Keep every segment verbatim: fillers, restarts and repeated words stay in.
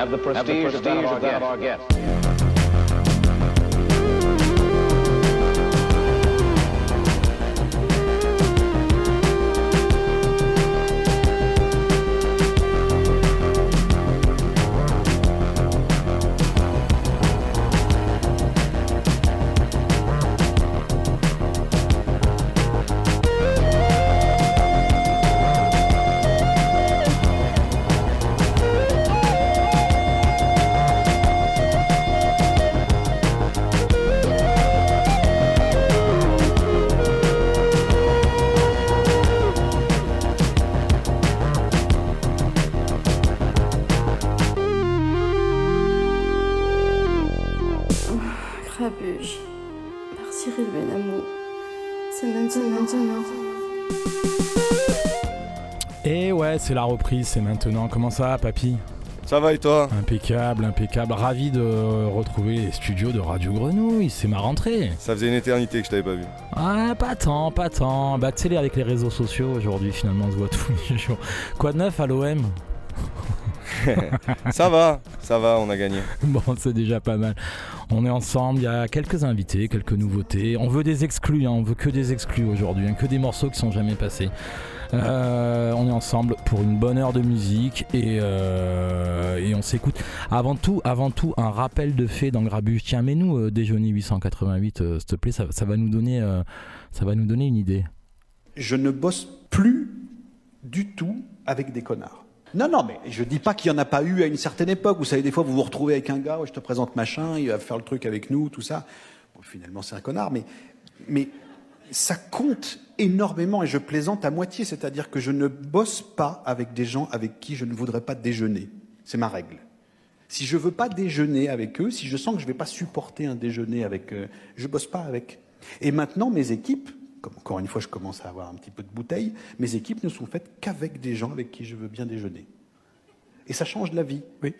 have the prestige, have the prestige of that of our guest. Grabuge, par Cyril Benamou. C'est maintenant, maintenant. Et ouais, c'est la reprise, c'est maintenant. Comment ça va, papy ? Ça va et toi ? Impeccable, impeccable. Ravi de retrouver les studios de Radio Grenouille, c'est ma rentrée. Ça faisait une éternité que je t'avais pas vu. Ah, pas tant, pas tant. Bah, tu sais, avec les réseaux sociaux, aujourd'hui, finalement, on se voit tous les jours. Quoi de neuf à l'O M ? Ça va, ça va, on a gagné. Bon, c'est déjà pas mal. On est ensemble, il y a quelques invités, quelques nouveautés. On veut des exclus, hein, on veut que des exclus aujourd'hui, hein, que des morceaux qui sont jamais passés. Euh, on est ensemble pour une bonne heure de musique et, euh, et on s'écoute. Avant tout, avant tout, un rappel de fait dans Grabuge. Tiens, mets-nous euh, Déjeuner huit cent quatre-vingt-huit, euh, s'il te plaît, ça, ça va nous donner, euh, ça va nous donner une idée. Je ne bosse plus du tout avec des connards. Non, non, mais je dis pas qu'il n'y en a pas eu à une certaine époque. Vous savez, des fois, vous vous retrouvez avec un gars, ouais, je te présente machin, il va faire le truc avec nous, tout ça. Bon, finalement, c'est un connard, mais, mais ça compte énormément et je plaisante à moitié. C'est-à-dire que je ne bosse pas avec des gens avec qui je ne voudrais pas déjeuner. C'est ma règle. Si je veux pas déjeuner avec eux, si je sens que je vais pas supporter un déjeuner avec eux, je bosse pas avec. Et maintenant, mes équipes, comme encore une fois, je commence à avoir un petit peu de bouteille, mes équipes ne sont faites qu'avec des gens avec qui je veux bien déjeuner. Et ça change la vie, oui.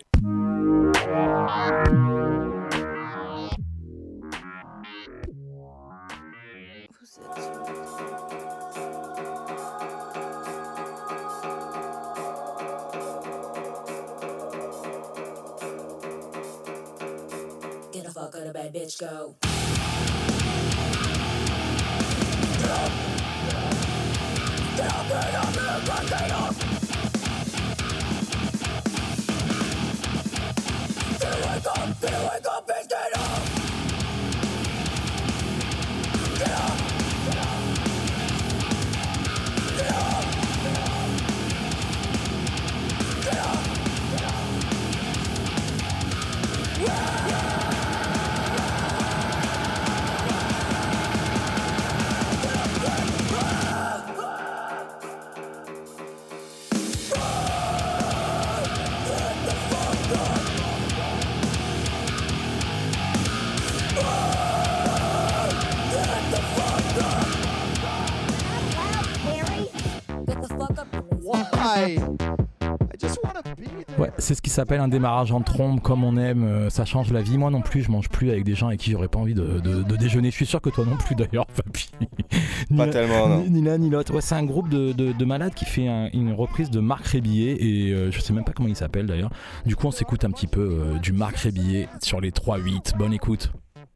Get the fuck out of bed, bitch, go. Get up, get up, get up, get up. Get wake up, get wake up, bitch, get up. Get up, get up, get up, get up, get up. Yeah. Ouais, c'est ce qui s'appelle un démarrage en trombe, comme on aime, euh, ça change la vie. Moi non plus, je mange plus avec des gens avec qui j'aurais pas envie de, de, de déjeuner. Je suis sûr que toi non plus d'ailleurs, Fabi. Pas tellement, non. Ni, ni l'un ni l'autre. Ouais, c'est un groupe de, de, de malades qui fait un, une reprise de Marc Rébillet et euh, je sais même pas comment il s'appelle d'ailleurs. Du coup, on s'écoute un petit peu euh, du Marc Rébillet sur les trois huit. Bonne écoute.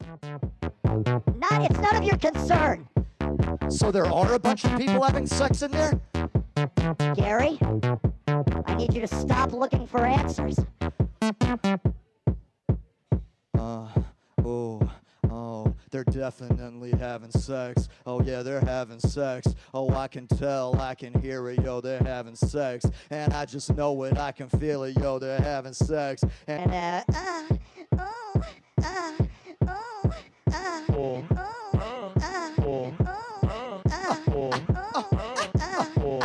Not, it's none of your concern. So there are a bunch of people having sex in there? Gary, I need you to stop looking for answers. Uh, oh, oh, they're definitely having sex. Oh yeah, they're having sex. Oh, I can tell, I can hear it, yo, they're having sex. And I just know it, I can feel it, yo, they're having sex. And, And uh, uh, oh, uh, oh, uh, oh, oh, uh, oh, oh, uh, oh, oh,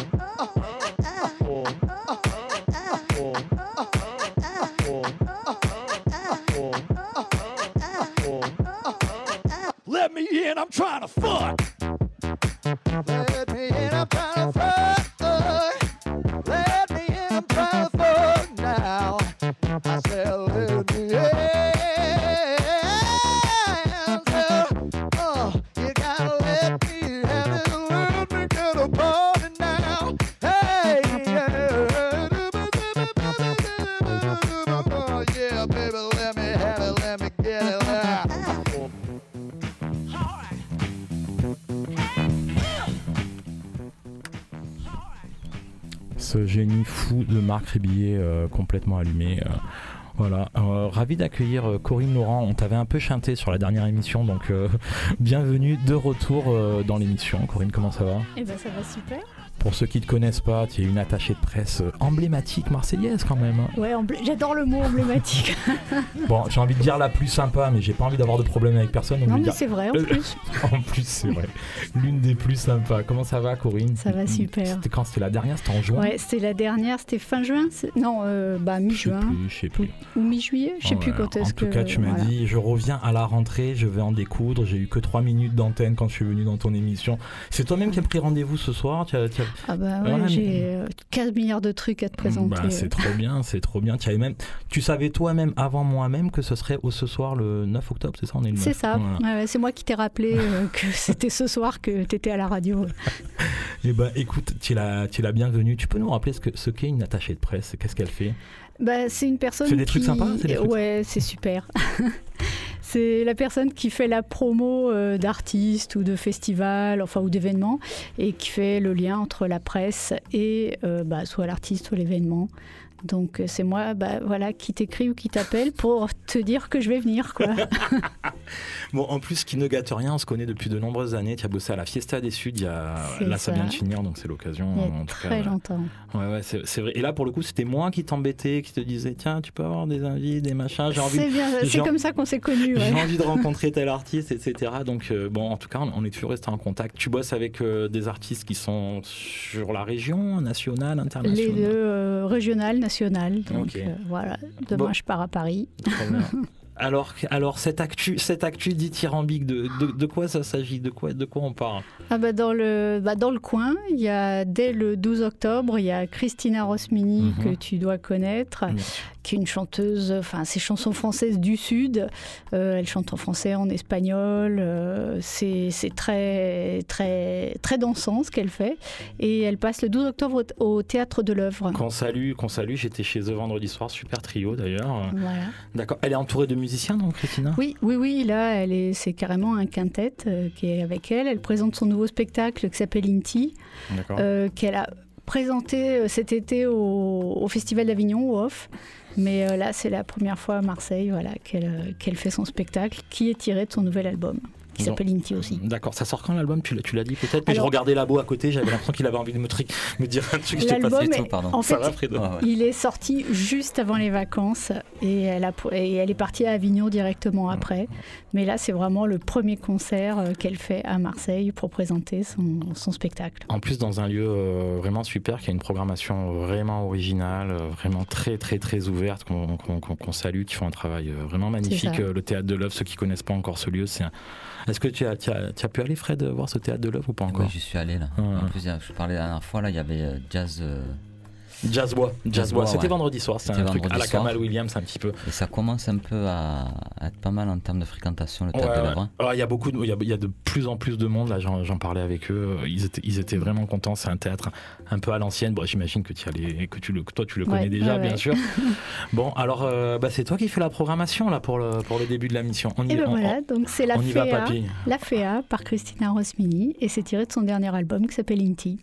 let me in, I'm trying to fuck. Let me in, I'm trying to fuck. Let me in, I'm trying to fuck now. I said, let me in. Oh, you gotta let me have it. Let me get a party now. Hey, yeah. ce génie fou de Marc Ribillet euh, complètement allumé. Euh, Voilà, euh, ravi d'accueillir euh, Corinne Laurent. On t'avait un peu chanté sur la dernière émission, donc euh, bienvenue de retour euh, dans l'émission. Corinne, comment ça va ? Eh ben ça va super. Pour ceux qui ne te connaissent pas, tu es une attachée de presse emblématique marseillaise quand même. Ouais, embl- j'adore le mot emblématique. Bon, j'ai envie de dire la plus sympa, mais j'ai pas envie d'avoir de problème avec personne. Donc non, je mais vais c'est dire... vrai en plus. En plus, c'est vrai. L'une des plus sympas. Comment ça va, Corinne ? Ça va super. C'était quand ? C'était la dernière ? C'était en juin ? Ouais, c'était la dernière, c'était fin juin. C'est... Non, euh, bah mi-juin. Je sais plus. Ou mi-juillet, je sais Ouais, plus quand est-ce que... En tout cas, tu m'as voilà. dit, je reviens à la rentrée, je vais en découdre. J'ai eu que trois minutes d'antenne quand je suis venu dans ton émission. C'est toi-même qui as pris rendez-vous ce soir ? tu as, tu as... Ah bah ouais, ouais j'ai euh, quinze milliards de trucs à te présenter. Bah, c'est trop bien, c'est trop bien. Tu, avais même... tu savais toi-même, avant moi-même, que ce serait au ce soir le neuf octobre, c'est ça ? On est le neuf. C'est ça, voilà. ouais, c'est moi qui t'ai rappelé euh, que c'était ce soir que t'étais à la radio. Eh ben, écoute, tu es la, tu es la bienvenue. Tu peux nous rappeler ce, que, ce qu'est une attachée de presse ? Qu'est-ce qu'elle fait ? Bah, c'est une personne C'est des qui... trucs sympas, c'est des trucs... Ouais, c'est super. C'est la personne qui fait la promo euh, d'artistes ou de festivals, enfin ou d'événements, et qui fait le lien entre la presse et euh, bah, soit l'artiste ou l'événement. Donc c'est moi, bah, voilà, qui t'écrit ou qui t'appelle pour te dire que je vais venir, quoi. Bon, en plus, qui ne gâte rien, on se connaît depuis de nombreuses années. Tu as bossé à la Fiesta des Suds, il y a... là ça. ça vient de finir, donc c'est l'occasion. Il y a en très tout cas, longtemps. Ouais, ouais, c'est, c'est vrai. Et là, pour le coup, c'était moi qui t'embêtais, qui te disais, tiens, tu peux avoir des invités, des machins. J'ai envie c'est bien, j'ai c'est en... comme ça qu'on s'est connus. Ouais. J'ai envie de rencontrer tel artiste, et cetera. Donc, euh, bon, en tout cas, on est toujours resté en contact. Tu bosses avec euh, des artistes qui sont sur la région, nationale, internationale ? Les deux, euh, régionales, nationales. Donc okay. euh, voilà, demain bon. je pars à Paris. Très bien. Alors, alors cette actu, cette actu dithyrambique, de, de, de quoi ça s'agit ? De quoi, de quoi on parle ? Ah bah dans le, bah dans le coin, il y a dès le douze octobre, il y a Christina Rosmini mm-hmm. que tu dois connaître, mmh. qui est une chanteuse, enfin c'est chansons françaises du Sud. Euh, elle chante en français, en espagnol. Euh, c'est, c'est très, très, très dansant ce qu'elle fait. Et elle passe le douze octobre au, au Théâtre de l'Œuvre. Qu'on salue, qu'on salue. J'étais chez eux vendredi soir, super trio d'ailleurs. Voilà. D'accord. Elle est entourée de musiciens, donc, Christina ? Oui, oui, oui. Là, elle est, c'est carrément un quintet euh, qui est avec elle. Elle présente son nouveau spectacle qui s'appelle Inti, euh, qu'elle a présenté cet été au, au Festival d'Avignon, au Off. Mais euh, là, c'est la première fois à Marseille, voilà, qu'elle, qu'elle fait son spectacle, qui est tiré de son nouvel album, qui non. s'appelle Inti aussi. D'accord, ça sort quand l'album ? Tu l'as, tu l'as dit peut-être. Mais Alors, je regardais Labo à côté, j'avais l'impression qu'il avait envie de me, tri- me dire un truc. L'album, j'ai pas est, tout, pardon. en fait, va, Fredo. Ah, ouais. Il est sorti juste avant les vacances et elle, a, et elle est partie à Avignon directement après. Mais là, c'est vraiment le premier concert qu'elle fait à Marseille pour présenter son, son spectacle. En plus, dans un lieu euh, vraiment super, qui a une programmation vraiment originale, euh, vraiment très, très, très ouverte, qu'on, qu'on, qu'on salue, qui font un travail euh, vraiment magnifique. Euh, le Théâtre de l'Œuvre, ceux qui ne connaissent pas encore ce lieu, c'est un... Est-ce que tu as, tu, as, tu as pu aller, Fred, voir ce Théâtre de l'Œuvre ou pas encore ? Oui, j'y suis allé là. Ah, en plus, je parlais la dernière fois, là, il y avait euh, Jazz... Euh... Jazz Bois, Jazz Bois. C'était ouais. vendredi soir, c'était, c'était un truc à la Kamal Williams un petit peu. Et ça commence un peu à, à être pas mal en termes de fréquentation, le Théâtre ouais, de l'Œuvre. Il ouais. y a beaucoup, de, il y a, il y a de plus en plus de monde, là j'en, j'en parlais avec eux, ils étaient, ils étaient vraiment contents, c'est un théâtre un peu à l'ancienne, bon, j'imagine que, tu allais, que tu le, toi tu le connais ouais, déjà ouais, bien ouais. sûr. Bon, alors euh, bah, c'est toi qui fais la programmation là pour le, pour le début de la mission. On y, et ben on, voilà, on, donc c'est la F E A, la F E A par Christina Rosmini et c'est tiré de son dernier album qui s'appelle Inti.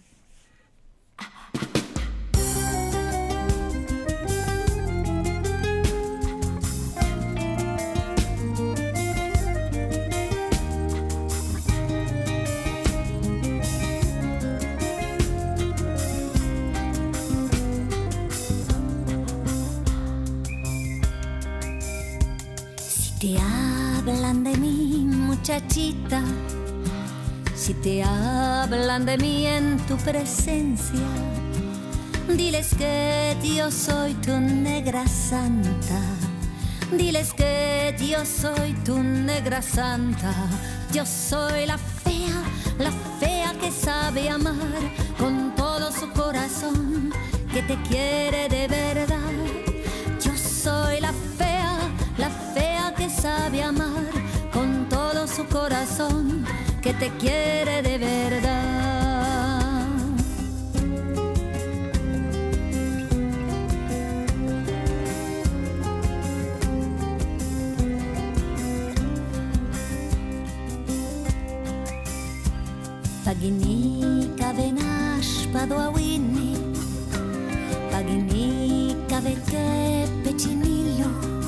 te hablan de mí, muchachita, si te hablan de mí en tu presencia, diles que yo soy tu negra santa, diles que yo soy tu negra santa, yo soy la fea, la fea que sabe amar con todo su corazón, que te quiere de verdad. Yo soy la fea, la fea que sabe amar con todo su corazón, que te quiere de verdad. Pagini kavenash padoawini, ave che pecinillo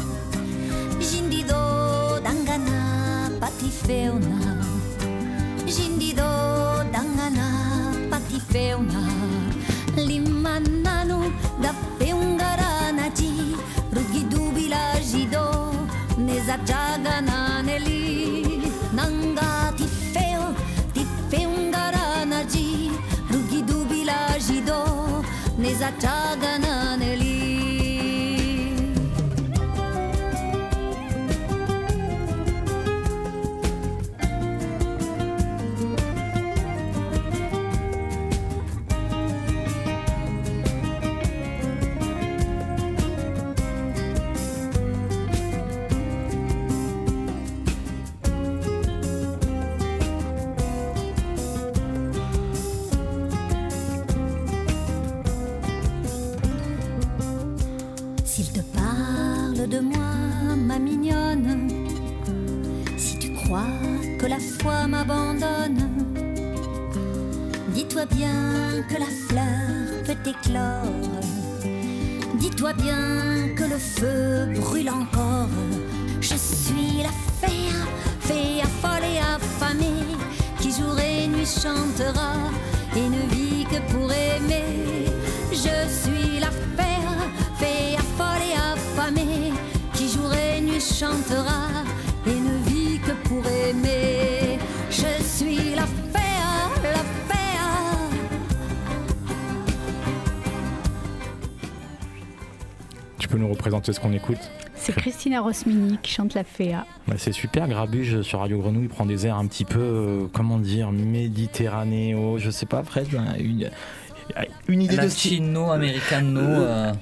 Jindido dangana patifeuna Jindido dangana patifeuna Limananu da peungaranaji Rugi dubila jido Neza jagananeli Nanga tifeo Tifeungaranaji Rugi dubila jido Neza jagananeli de moi, ma mignonne, si tu crois que la foi m'abandonne, dis-toi bien que la fleur peut éclore, dis-toi bien que le feu brûle encore. Je suis la fée, fée affolée, affamée, qui jour et nuit chantera et ne vit que pour aimer. Je suis la fée, fée affolée, affamée, qui jour et nuit chantera et ne vit que pour aimer. Je suis la fée, la fée. Tu peux nous représenter ce qu'on écoute ? C'est Christina Rosmini qui chante la Féa. Bah c'est super, Grabuge sur Radio Grenouille prend des airs un petit peu, euh, comment dire, méditerranéo, je sais pas, Fred, une, une idée de style. Latino-américano. Euh...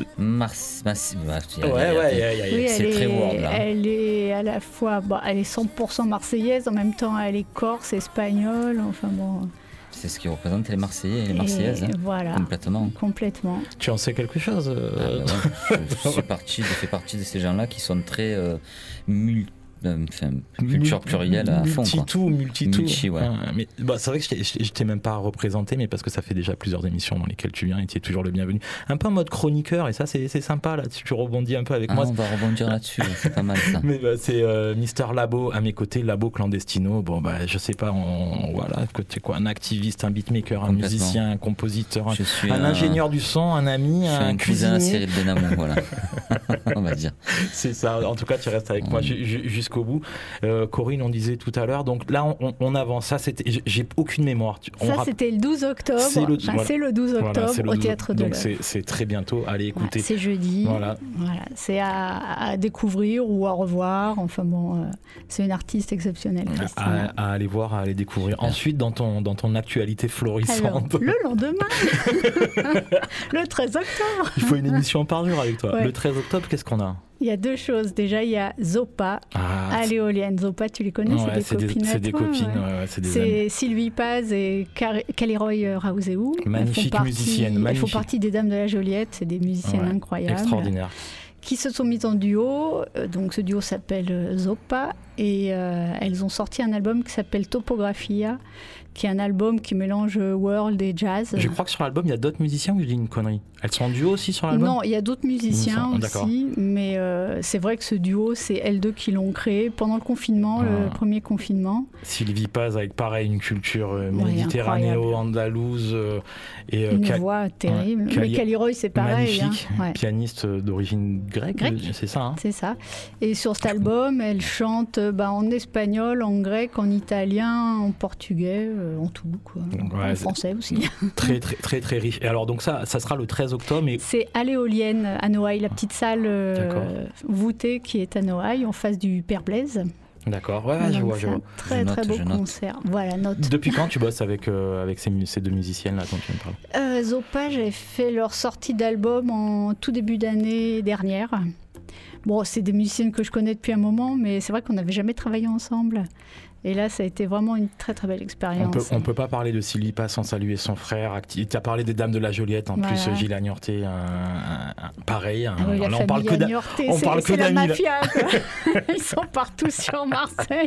Mars, Mars, ouais, ouais, y a, y a, oui, c'est elle très est, world. Hein. Elle est à la fois, bon, elle est cent pour cent marseillaise, en même temps elle est corse, espagnole, enfin bon. C'est ce qui représente les Marseillais et les Marseillaises. Hein, voilà. Complètement. Complètement. Tu en sais quelque chose euh... ah, bah ouais, je, je, suis partie, je fais partie de ces gens-là qui sont très euh, multi. Enfin, culture plurielle à fond. Multi-tout, multi-tout. Multi, ouais. Ah, mais, bah, c'est vrai que je t'ai, je t'ai même pas représenté, mais parce que ça fait déjà plusieurs émissions dans lesquelles tu viens et tu es toujours le bienvenu. Un peu en mode chroniqueur, et ça, c'est, c'est sympa, là, tu rebondis un peu avec ah, moi. On va rebondir là-dessus, c'est pas mal ça. Mais bah, c'est euh, Mister Labo à mes côtés, Labo Clandestino. Bon, bah, je sais pas, on, voilà, tu es quoi, un activiste, un beatmaker, un musicien, un compositeur, un, un, un ingénieur du son, un ami, je un, un cuisinier. cousin à Cyril Benamou, voilà. On va dire. C'est ça, en tout cas, tu restes avec mmh. moi ju- jusqu'au bout. Euh, Corinne, on disait tout à l'heure, donc là on, on avance, ça c'était, j'ai aucune mémoire. On ça rapp... c'était le douze octobre, c'est le, enfin, voilà. c'est le douze octobre voilà, le au Théâtre de l'Œuvre. Donc c'est, c'est très bientôt, allez écouter. Ouais, c'est jeudi, voilà. Voilà. C'est à, à découvrir ou à revoir, enfin bon, euh, c'est une artiste exceptionnelle. À, à aller voir, à aller découvrir. Ouais. Ensuite, dans ton, dans ton actualité florissante. Alors, le lendemain, le treize octobre. Il faut une émission par jour avec toi. Ouais. Le treize octobre, qu'est-ce qu'on a ? Il y a deux choses. Déjà, il y a Zopa ah, à l'éolienne. Zopa, tu les connais, ouais, c'est des c'est copines. Des, c'est des copines, ouais. Ouais, ouais, c'est des C'est amis. Sylvie Paz et Car- Kaliroy Raouzéou. Magnifique partie, musicienne. Elles magnifique. font partie des Dames de la Joliette. C'est des musiciennes ouais, incroyables. Extraordinaire. Qui se sont mises en duo. Donc, ce duo s'appelle Zopa. Et euh, elles ont sorti un album qui s'appelle Topographia, qui est un album qui mélange world et jazz. Je crois que sur l'album, il y a d'autres musiciens ou je dis une connerie ? Elles sont en duo aussi sur l'album ? Non, il y a d'autres musiciens sont... aussi, mais euh, c'est vrai que ce duo, c'est elles deux qui l'ont créé pendant le confinement, ah. le premier confinement. Sylvie Paz avec pareil une culture euh, méditerranéo-andalouse euh, et euh, une Cal... voix terrible. Ouais, Cali... Mais Kaliroy, c'est pareil. Magnifique, hein. Ouais. Pianiste d'origine grecque, Grec. c'est ça. Hein. C'est ça. Et sur cet album, elle chante bah, en espagnol, en grec, en italien, en portugais, euh, en tout, quoi. Ouais, en français aussi. Très très très très riche. Et alors donc ça, ça sera le treize octobre. Et... C'est à l'éolienne à Noailles, la petite salle euh, voûtée qui est à Noailles, en face du Père Blaise. D'accord, ouais, donc je vois, je vois. Très je très note, beau concert. Voilà, note. Depuis quand tu bosses avec, euh, avec ces, ces deux musiciennes-là dont tu me parles ? euh, Zopa, j'avais fait leur sortie d'album en tout début d'année dernière. Bon, c'est des musiciennes que je connais depuis un moment, mais c'est vrai qu'on n'avait jamais travaillé ensemble. Et là, ça a été vraiment une très très belle expérience. On peut, on peut pas parler de Silipa sans saluer son frère. Tu as parlé des Dames de la Joliette, en voilà. plus Gilles Agnorté, un, un, un, pareil. Un, ah oui, là, on parle que d'amis. On c'est, parle c'est que la d'amis. Mafia. Ils sont partout sur Marseille.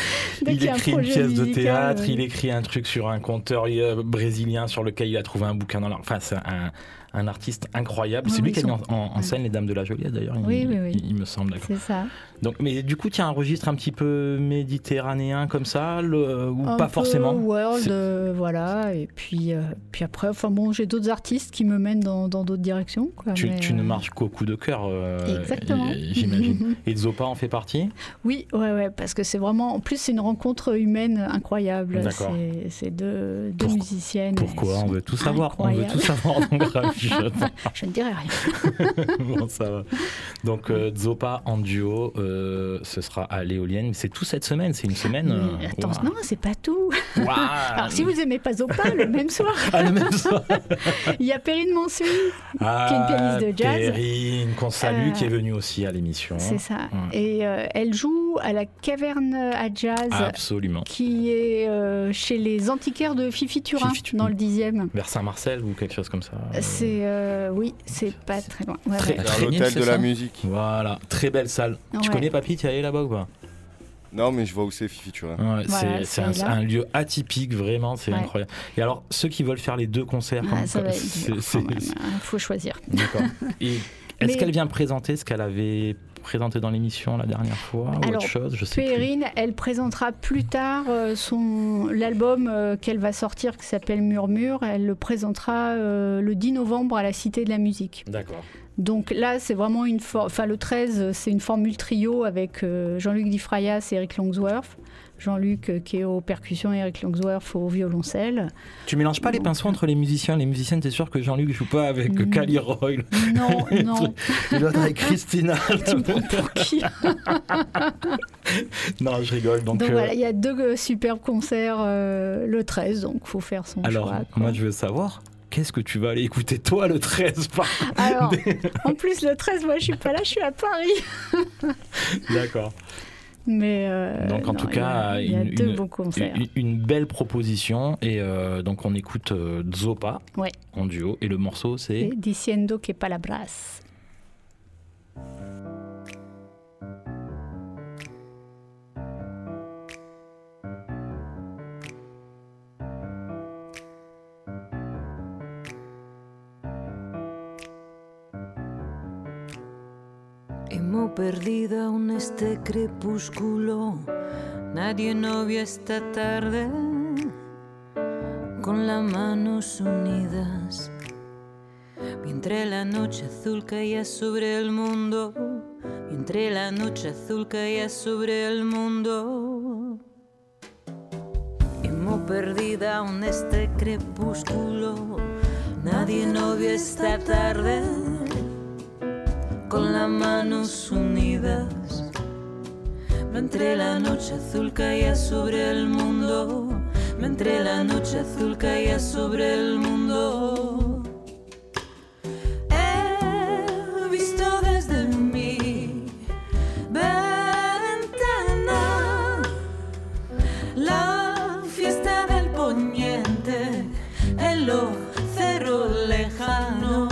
Il écrit une pièce musical, de théâtre, oui. il écrit un truc sur un conteur brésilien sur lequel il a trouvé un bouquin dans l'art. Enfin, c'est un, un artiste incroyable. Oui, c'est lui qui a mis en, en, en scène les Dames de la Joliette, d'ailleurs. Oui, il, oui, oui. Il, il me semble. D'accord. C'est ça. Donc, mais du coup, tu as un registre un petit peu méditerranéen comme ça, le, ou un pas peu forcément world, euh, voilà. Et puis, euh, puis après, enfin bon, j'ai d'autres artistes qui me mènent dans, dans d'autres directions. Quoi, tu, mais, tu euh... ne marches qu'au coup de cœur, euh, exactement. J'imagine. Et Zopa en fait partie ? Oui, ouais, ouais, parce que c'est vraiment, en plus, c'est une rencontre humaine incroyable. D'accord. C'est, c'est deux, deux Pour, musiciennes. Pourquoi ? On veut tout savoir. Incroyable. On veut tout savoir. Donc, ravi, je, je ne dirai rien. Bon, ça va. Donc, euh, Zopa en duo, euh, ce sera à l'Éolienne. C'est tout cette semaine, c'est une semaine. Euh, attends, wow. non, c'est pas tout. Wow. Alors, si vous aimez pas Zopa, le même soir. Ah, le même soir. Il y a Perrine Monsuy, ah, qui est une pianiste de jazz. Perrine, qu'on salue, euh, qui est venue aussi à l'émission. C'est ça. Hum. Et euh, elle joue à la Caverne à Jazz. Absolument. Qui est euh, chez les antiquaires de Fifi Turin, Fifi, dans le dixième. Vers Saint-Marcel ou quelque chose comme ça. C'est, euh, oui, c'est pas très loin. Ouais, très, ouais. Vers l'hôtel de la musique. Voilà, très belle salle. Ouais. Tu connais Papy, tu es allé là-bas ou pas ? Non, mais je vois où c'est Fifi Turin. Ouais, voilà, c'est c'est un, un lieu atypique, vraiment, c'est ouais. incroyable. Et alors, ceux qui veulent faire les deux concerts, ah, comme, ça comme, va c'est, dur, c'est, il faut choisir. D'accord. Et est-ce mais... qu'elle vient présenter ce qu'elle avait présenté dans l'émission la dernière fois ou alors, autre chose ? Je sais Perrine, plus. elle présentera plus tard euh, son, l'album euh, qu'elle va sortir qui s'appelle Murmure. Elle le présentera euh, le dix novembre à la Cité de la Musique. D'accord. Donc là, c'est vraiment une for- enfin le treize, c'est une formule trio avec euh, Jean-Luc Difrayas et Eric Longsworth. Jean-Luc euh, qui est aux percussions et Eric Longsworth au violoncelle. Tu mélanges pas Donc, les pinceaux entre les musiciens. Les musiciennes, t'es sûr que Jean-Luc joue pas avec mmh. Cali Roy? Non, non. Il doit être avec Christina. Tu me prends pour qui? Non, je rigole. Donc, donc euh... voilà, il y a deux euh, superbes concerts euh, le treize, donc il faut faire son Alors, choix. Alors, moi, je veux savoir... Qu'est-ce que tu vas aller écouter toi le treize par... Alors, en plus le treize, moi je suis pas là, je suis à Paris. D'accord. Mais euh, donc en non, tout cas, il y a, il y a une, deux une, beaux concerts. Une, une belle proposition et euh, donc on écoute euh, Zopa ouais. en duo et le morceau c'est... c'est Diciendo que palabras. Hemos perdido aún este crepúsculo, nadie no vio esta tarde, con las manos unidas. Mientras la noche azul caía sobre el mundo, mientras la noche azul caía sobre el mundo. Hemos perdido aún este crepúsculo, nadie no vio esta tarde, con las manos unidas. Mientras la noche azul caía sobre el mundo, mientras la noche azul caía sobre el mundo. He visto desde mi ventana la fiesta del poniente en los cerros lejanos.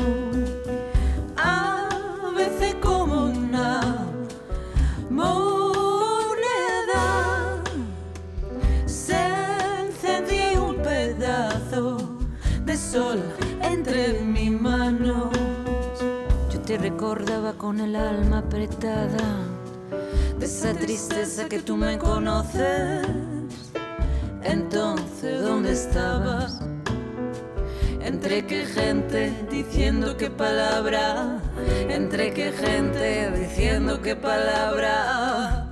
Sol entre mis manos. Yo te recordaba con el alma apretada, de esa tristeza que tú me conoces. Entonces, ¿dónde estabas? Entre qué gente diciendo qué palabra, entre qué gente diciendo qué palabra.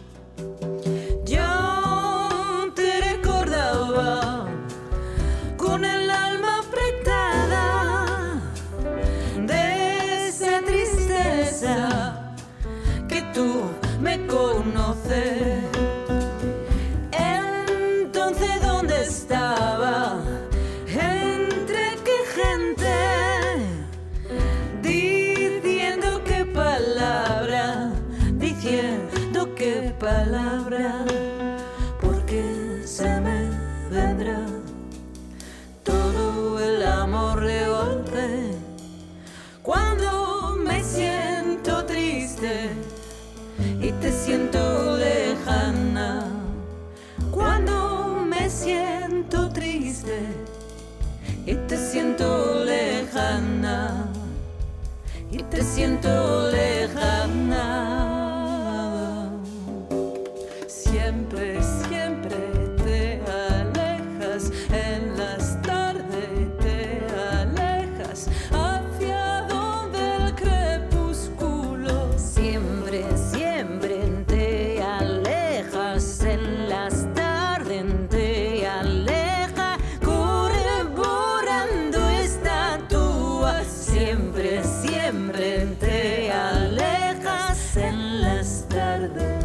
Yo te recordaba con el alma apretada, de esa tristeza que tú me conoces. Entonces, ¿dónde estaba? Entre qué gente diciendo qué palabra, diciendo siempre, siempre te alejas. En las tardes te alejas hacia donde el crepúsculo. Siempre, siempre te alejas. En las tardes te alejas. Corre borrando estatuas. Siempre, siempre te alejas. En las tardes.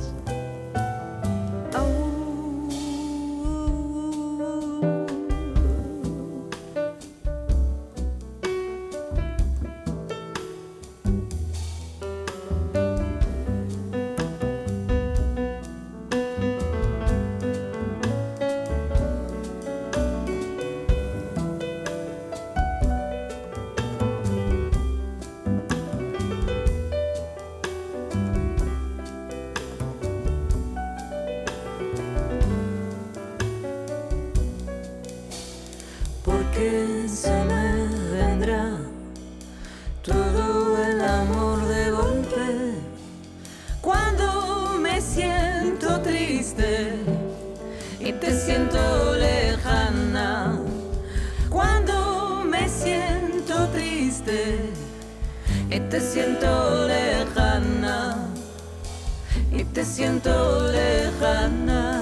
Porque se me vendrá todo el amor de golpe cuando me siento triste y te siento lejana. Cuando me siento triste y te siento lejana y te siento lejana.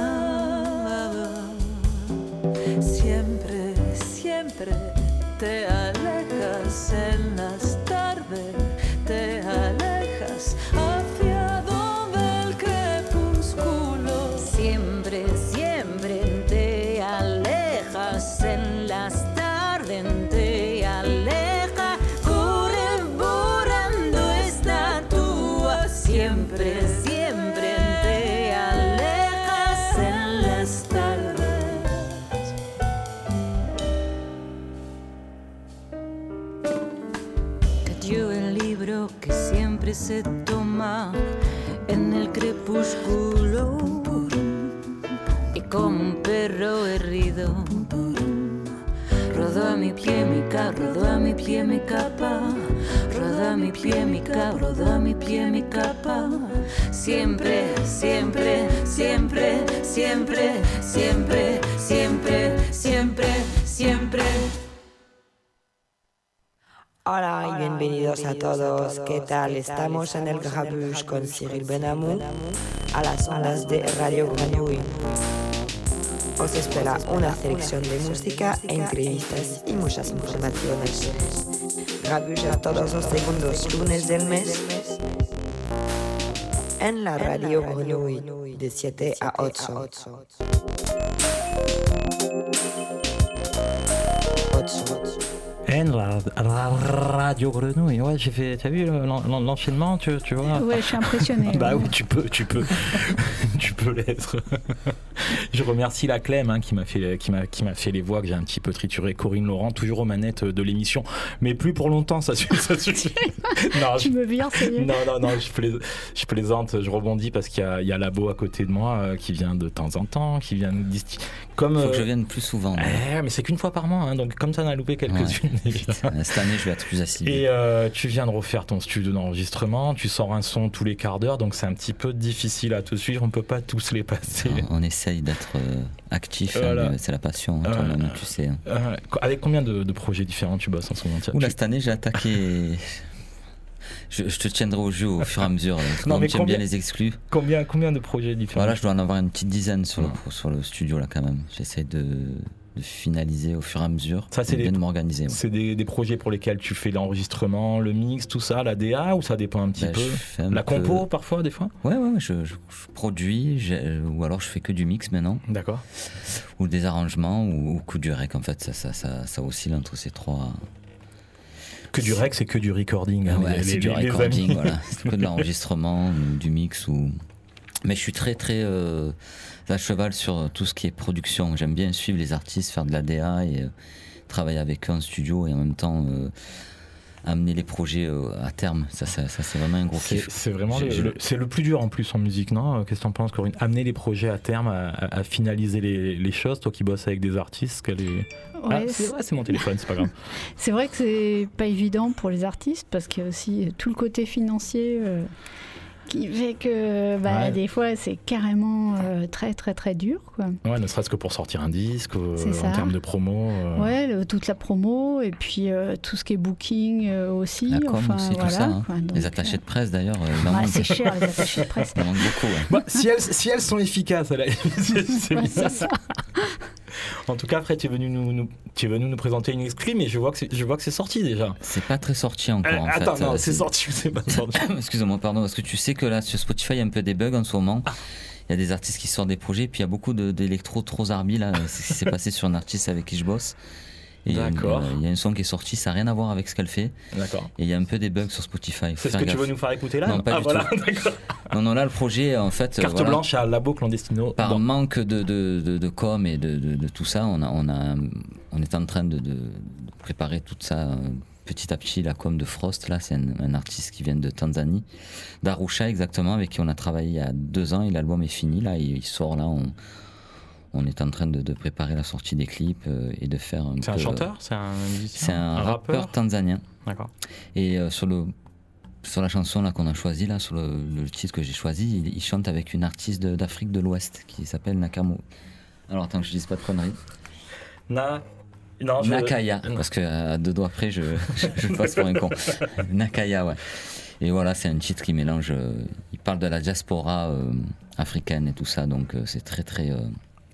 Siempre, siempre te alejas en las tardes, te alejas hacia donde el crepúsculo. Siempre, siempre te alejas en las tardes, te alejas, corre borrando estatuas. Siempre, siempre te alejas en las tardes. Cayó el libro que siempre se toma en el crepúsculo y como un perro herido rodó a mi pie mi capa, rodó a mi pie mi capa, rodó a mi pie mi capa, rodó a mi pie mi capa. Siempre, siempre, siempre, siempre, siempre, siempre, siempre, siempre. Hola y bienvenidos a todos. ¿Qué tal? Estamos en el Grabuge con Cyril Benamou a las ondas de Radio Grenouille. Os espera una selección de música, entrevistas y muchas informaciones. Grabuge todos los segundos lunes del mes en la Radio Grenouille de siete a ocho. En la, la Radio Grenouille, ouais, j'ai fait, t'as vu l'enchaînement, tu, tu vois? Ouais, je suis impressionné. Bah ouais. oui, tu peux, tu peux, tu peux l'être. Je remercie la Clem hein, qui m'a fait, qui m'a, qui m'a fait les voix que j'ai un petit peu trituré. Corinne Laurent, toujours aux manettes de l'émission, mais plus pour longtemps, ça suffit. Ça suffit. Non, tu je... me viens, c'est Non, non, non, je, plais... je plaisante, je rebondis parce qu'il y a, il y a Labo à côté de moi euh, qui vient de temps en temps, qui vient disti... comme. Faut euh... que je vienne plus souvent. Eh, mais c'est qu'une fois par mois, hein, donc comme ça on a loupé quelques-unes. Ouais. Cette année, je vais être plus assidu. Et euh, tu viens de refaire ton studio d'enregistrement, tu sors un son tous les quarts d'heure, donc c'est un petit peu difficile à te suivre, on peut pas tous les passer. On, on essaye d'être euh, actif, voilà. hein, c'est la passion, hein, euh, toi-même, tu sais. Hein. Euh, avec combien de, de projets différents tu bosses en ce moment? Oula, cette année, j'ai attaqué... Je, je te tiendrai au jeu au fur et à mesure. Non, mais j'aime combien, bien les exclus. Combien, combien de projets différents? Voilà, je dois en avoir une petite dizaine sur, ouais. le, sur le studio là quand même. J'essaie de, de finaliser au fur et à mesure. Ça, c'est bien des, de m'organiser. Ouais. C'est des, des projets pour lesquels tu fais l'enregistrement, le mix, tout ça, la D A, ou ça dépend un petit ben, peu un La peu... compo parfois, des fois? Ouais, ouais, ouais je, je, je produis, je, ou alors je fais que du mix maintenant. D'accord. Ou des arrangements, ou, ou que du rec en fait. Ça, ça, ça, ça oscille entre ces trois. Que du rec, c'est que du recording. Hein, ouais, les, c'est les, du les recording, voilà. C'est que de l'enregistrement, du mix. Ou... Mais je suis très, très euh, à cheval sur tout ce qui est production. J'aime bien suivre les artistes, faire de la D A et euh, travailler avec eux en studio et en même temps euh, amener les projets euh, à terme. Ça, ça, ça, c'est vraiment un gros c'est, kiff. C'est vraiment le, je... le, c'est le plus dur en plus en musique, non? Qu'est-ce que t'en penses, Corinne? Amener les projets à terme, à, à, à finaliser les, les choses, toi qui bosses avec des artistes, quelle est... Ouais, ah, c'est, ouais, c'est mon téléphone, c'est pas grave. C'est vrai que c'est pas évident pour les artistes parce qu'il y a aussi tout le côté financier. Euh, qui fait que bah, Ouais. des fois c'est carrément euh, très très très dur, quoi. Ouais, ne serait-ce que pour sortir un disque, euh, C'est ça. en termes de promo. euh. Ouais, le- toute la promo et puis euh, tout ce qui est booking euh, aussi. La com enfin, aussi, voilà, tout ça. hein. quoi. Donc, les attachés de presse d'ailleurs. euh, il en ouais, manque. c'est cher les attachés de presse. Il en manque beaucoup. ouais. Bah, si, elles, si elles sont efficaces, à la limite, c'est, c'est Ouais, bien. c'est ça. En tout cas, Fred, tu es venu nous, nous- tu es venu nous présenter une exclue, mais je vois que c'est, je vois que c'est sorti déjà. C'est pas très sorti encore Euh, en attends, fait. non, Euh, c'est sorti ou c'est pas sorti? Excuse-moi, pardon, parce que tu sais que là sur Spotify il y a un peu des bugs en ce moment. Il y a des artistes qui sortent des projets, puis il y a beaucoup de, d'électro trop zarbi là. C'est ce qui s'est passé sur un artiste avec qui je bosse. Et il y a une- D'accord. euh, il y a une son qui est sortie, ça n'a rien à voir avec ce qu'elle fait. D'accord. Et il y a un peu des bugs sur Spotify. Faut C'est ce faire que tu gaffe. veux nous faire écouter là? Non, pas ah, du voilà, tout. d'accord. Non, non, là le projet en fait. euh, Carte voilà. blanche à Labo Clandestino. Par Bon. manque de, de, de, de com et de, de, de tout ça, on, a, on, a, on est en train de, de, de préparer tout ça euh, petit à petit. La com de Frost, là, c'est un, un artiste qui vient de Tanzanie, d'Arusha exactement, avec qui on a travaillé il y a deux ans et l'album est fini. Là, il, il sort là. On, on est en train de, de préparer la sortie des clips euh, et de faire un C'est peu, un chanteur? C'est un musicien? C'est un, un rappeur, rappeur tanzanien. D'accord. Et euh, sur le sur la chanson là qu'on a choisie là, sur le, le titre que j'ai choisi, il, il chante avec une artiste de- d'Afrique de l'Ouest qui s'appelle Nakamo. Alors attends que je dise pas de conneries. Na... Non, je... Nakaya, parce que à deux doigts près je, je, je passe pour un con. Nakaya, ouais. Et voilà, c'est un titre qui mélange. euh, il parle de la diaspora euh, africaine et tout ça, donc euh, c'est très très. euh,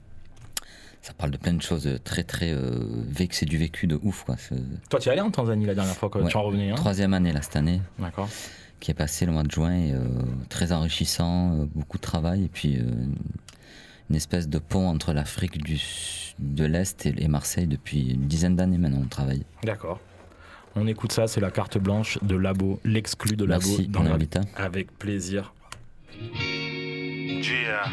ça parle de plein de choses très très. Euh, vécu, c'est du vécu de ouf quoi. C'est- Toi, tu es allé en Tanzanie la dernière fois que Ouais. tu en revenais, hein? Troisième année là cette année. D'accord. Qui est passé le mois de juin, et, euh, très enrichissant, euh, beaucoup de travail, et puis euh, une espèce de pont entre l'Afrique du, Su- de l'Est et, et Marseille depuis une dizaine d'années maintenant, on travaille. D'accord. On écoute ça, c'est la carte blanche de Labo, l'exclu de Labo. Merci, dans mon la- invité. Avec plaisir. Yeah.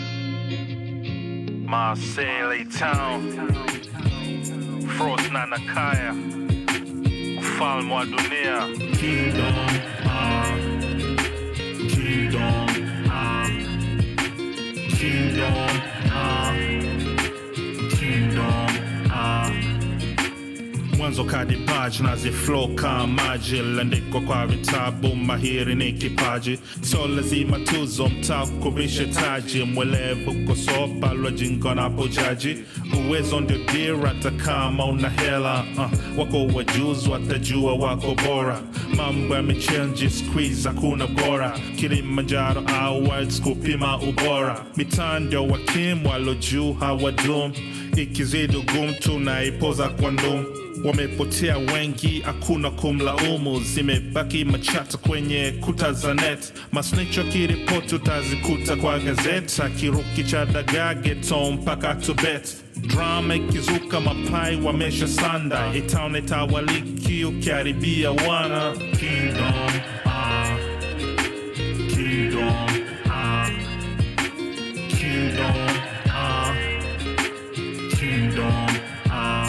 Marseille Town. Frost na Nakaya. Ufalme wa dunia. Kingdom. Ah. Kingdom. Ah. Kingdom. Ah. Kingdom. Ah. Mwanzo kadipaji na ziflow kama maji, landikwa kwa vitabu mahiri ni kipaji, so lazima tuzo mtakuvishe taji, mwelevu kusopa lojingo na pojaji, uwezo ndio dira hata kama una hela, uh, wako wajuzi watajua wako bora, mambo yamechange squeeze hakuna bora, Kilimanjaro awards kupima ubora, mitando wa kim walojuu hawadum, ikizidi gumu tunaipoza kwa ndum, wamepotea wengi hakuna kumlaumu, zimebaki machata kwenye kuta za net, masnicho kiripoti utazikuta kwa gazeta, kiruki cha dagaa geto mpaka Tibet, drama ikizuka mapai wamesha sanda, itaone tawaliki ukiharibia wana Kingdom, ah. Kingdom, ah. Kingdom, ah. Kingdom, ah.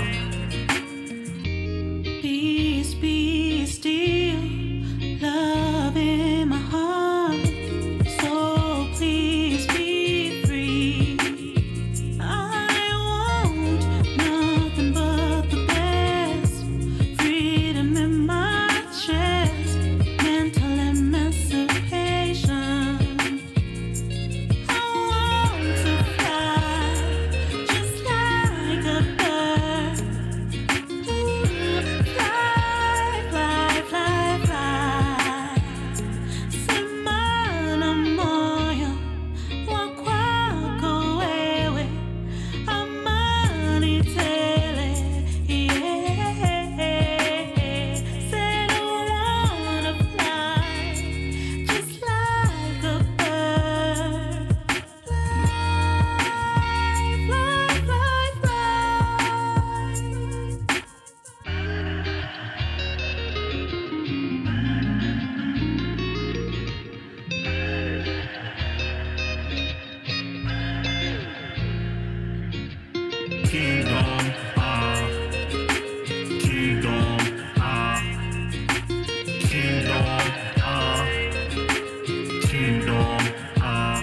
Peace, be still, love in my heart, so please be free. I want nothing but the best, freedom in my chest, mental emancipation. I want to fly just like a bird. Fly, fly, fly, fly. Semana moyo wa kwako wewe, amani tele, yeah. Said I wanna fly just like a bird. Fly, fly, fly, fly. Kingdom, ah. Kingdom, ah. Kingdom, ah. Kingdom, ah.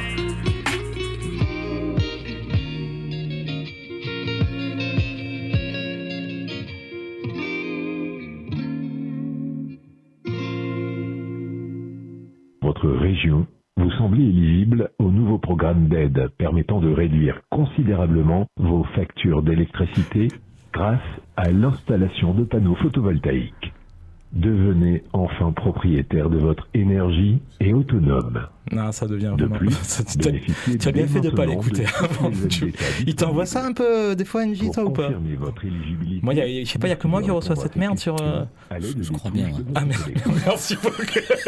Votre région semblez éligible au nouveau programme d'aide permettant de réduire considérablement vos factures d'électricité grâce à l'installation de panneaux photovoltaïques. Devenez enfin propriétaire de votre énergie et autonome. Non, ça devient de vraiment... plus, ça, tu as, tu as bien fait de ne pas l'écouter avant. Tu... Il t'envoie ça un peu des fois, N J, toi, ou pas? Moi, y a, je sais pas, il n'y a que moi qui reçois cette merde sur... Euh... Je crois bien, ouais. Ah merde, merci beaucoup.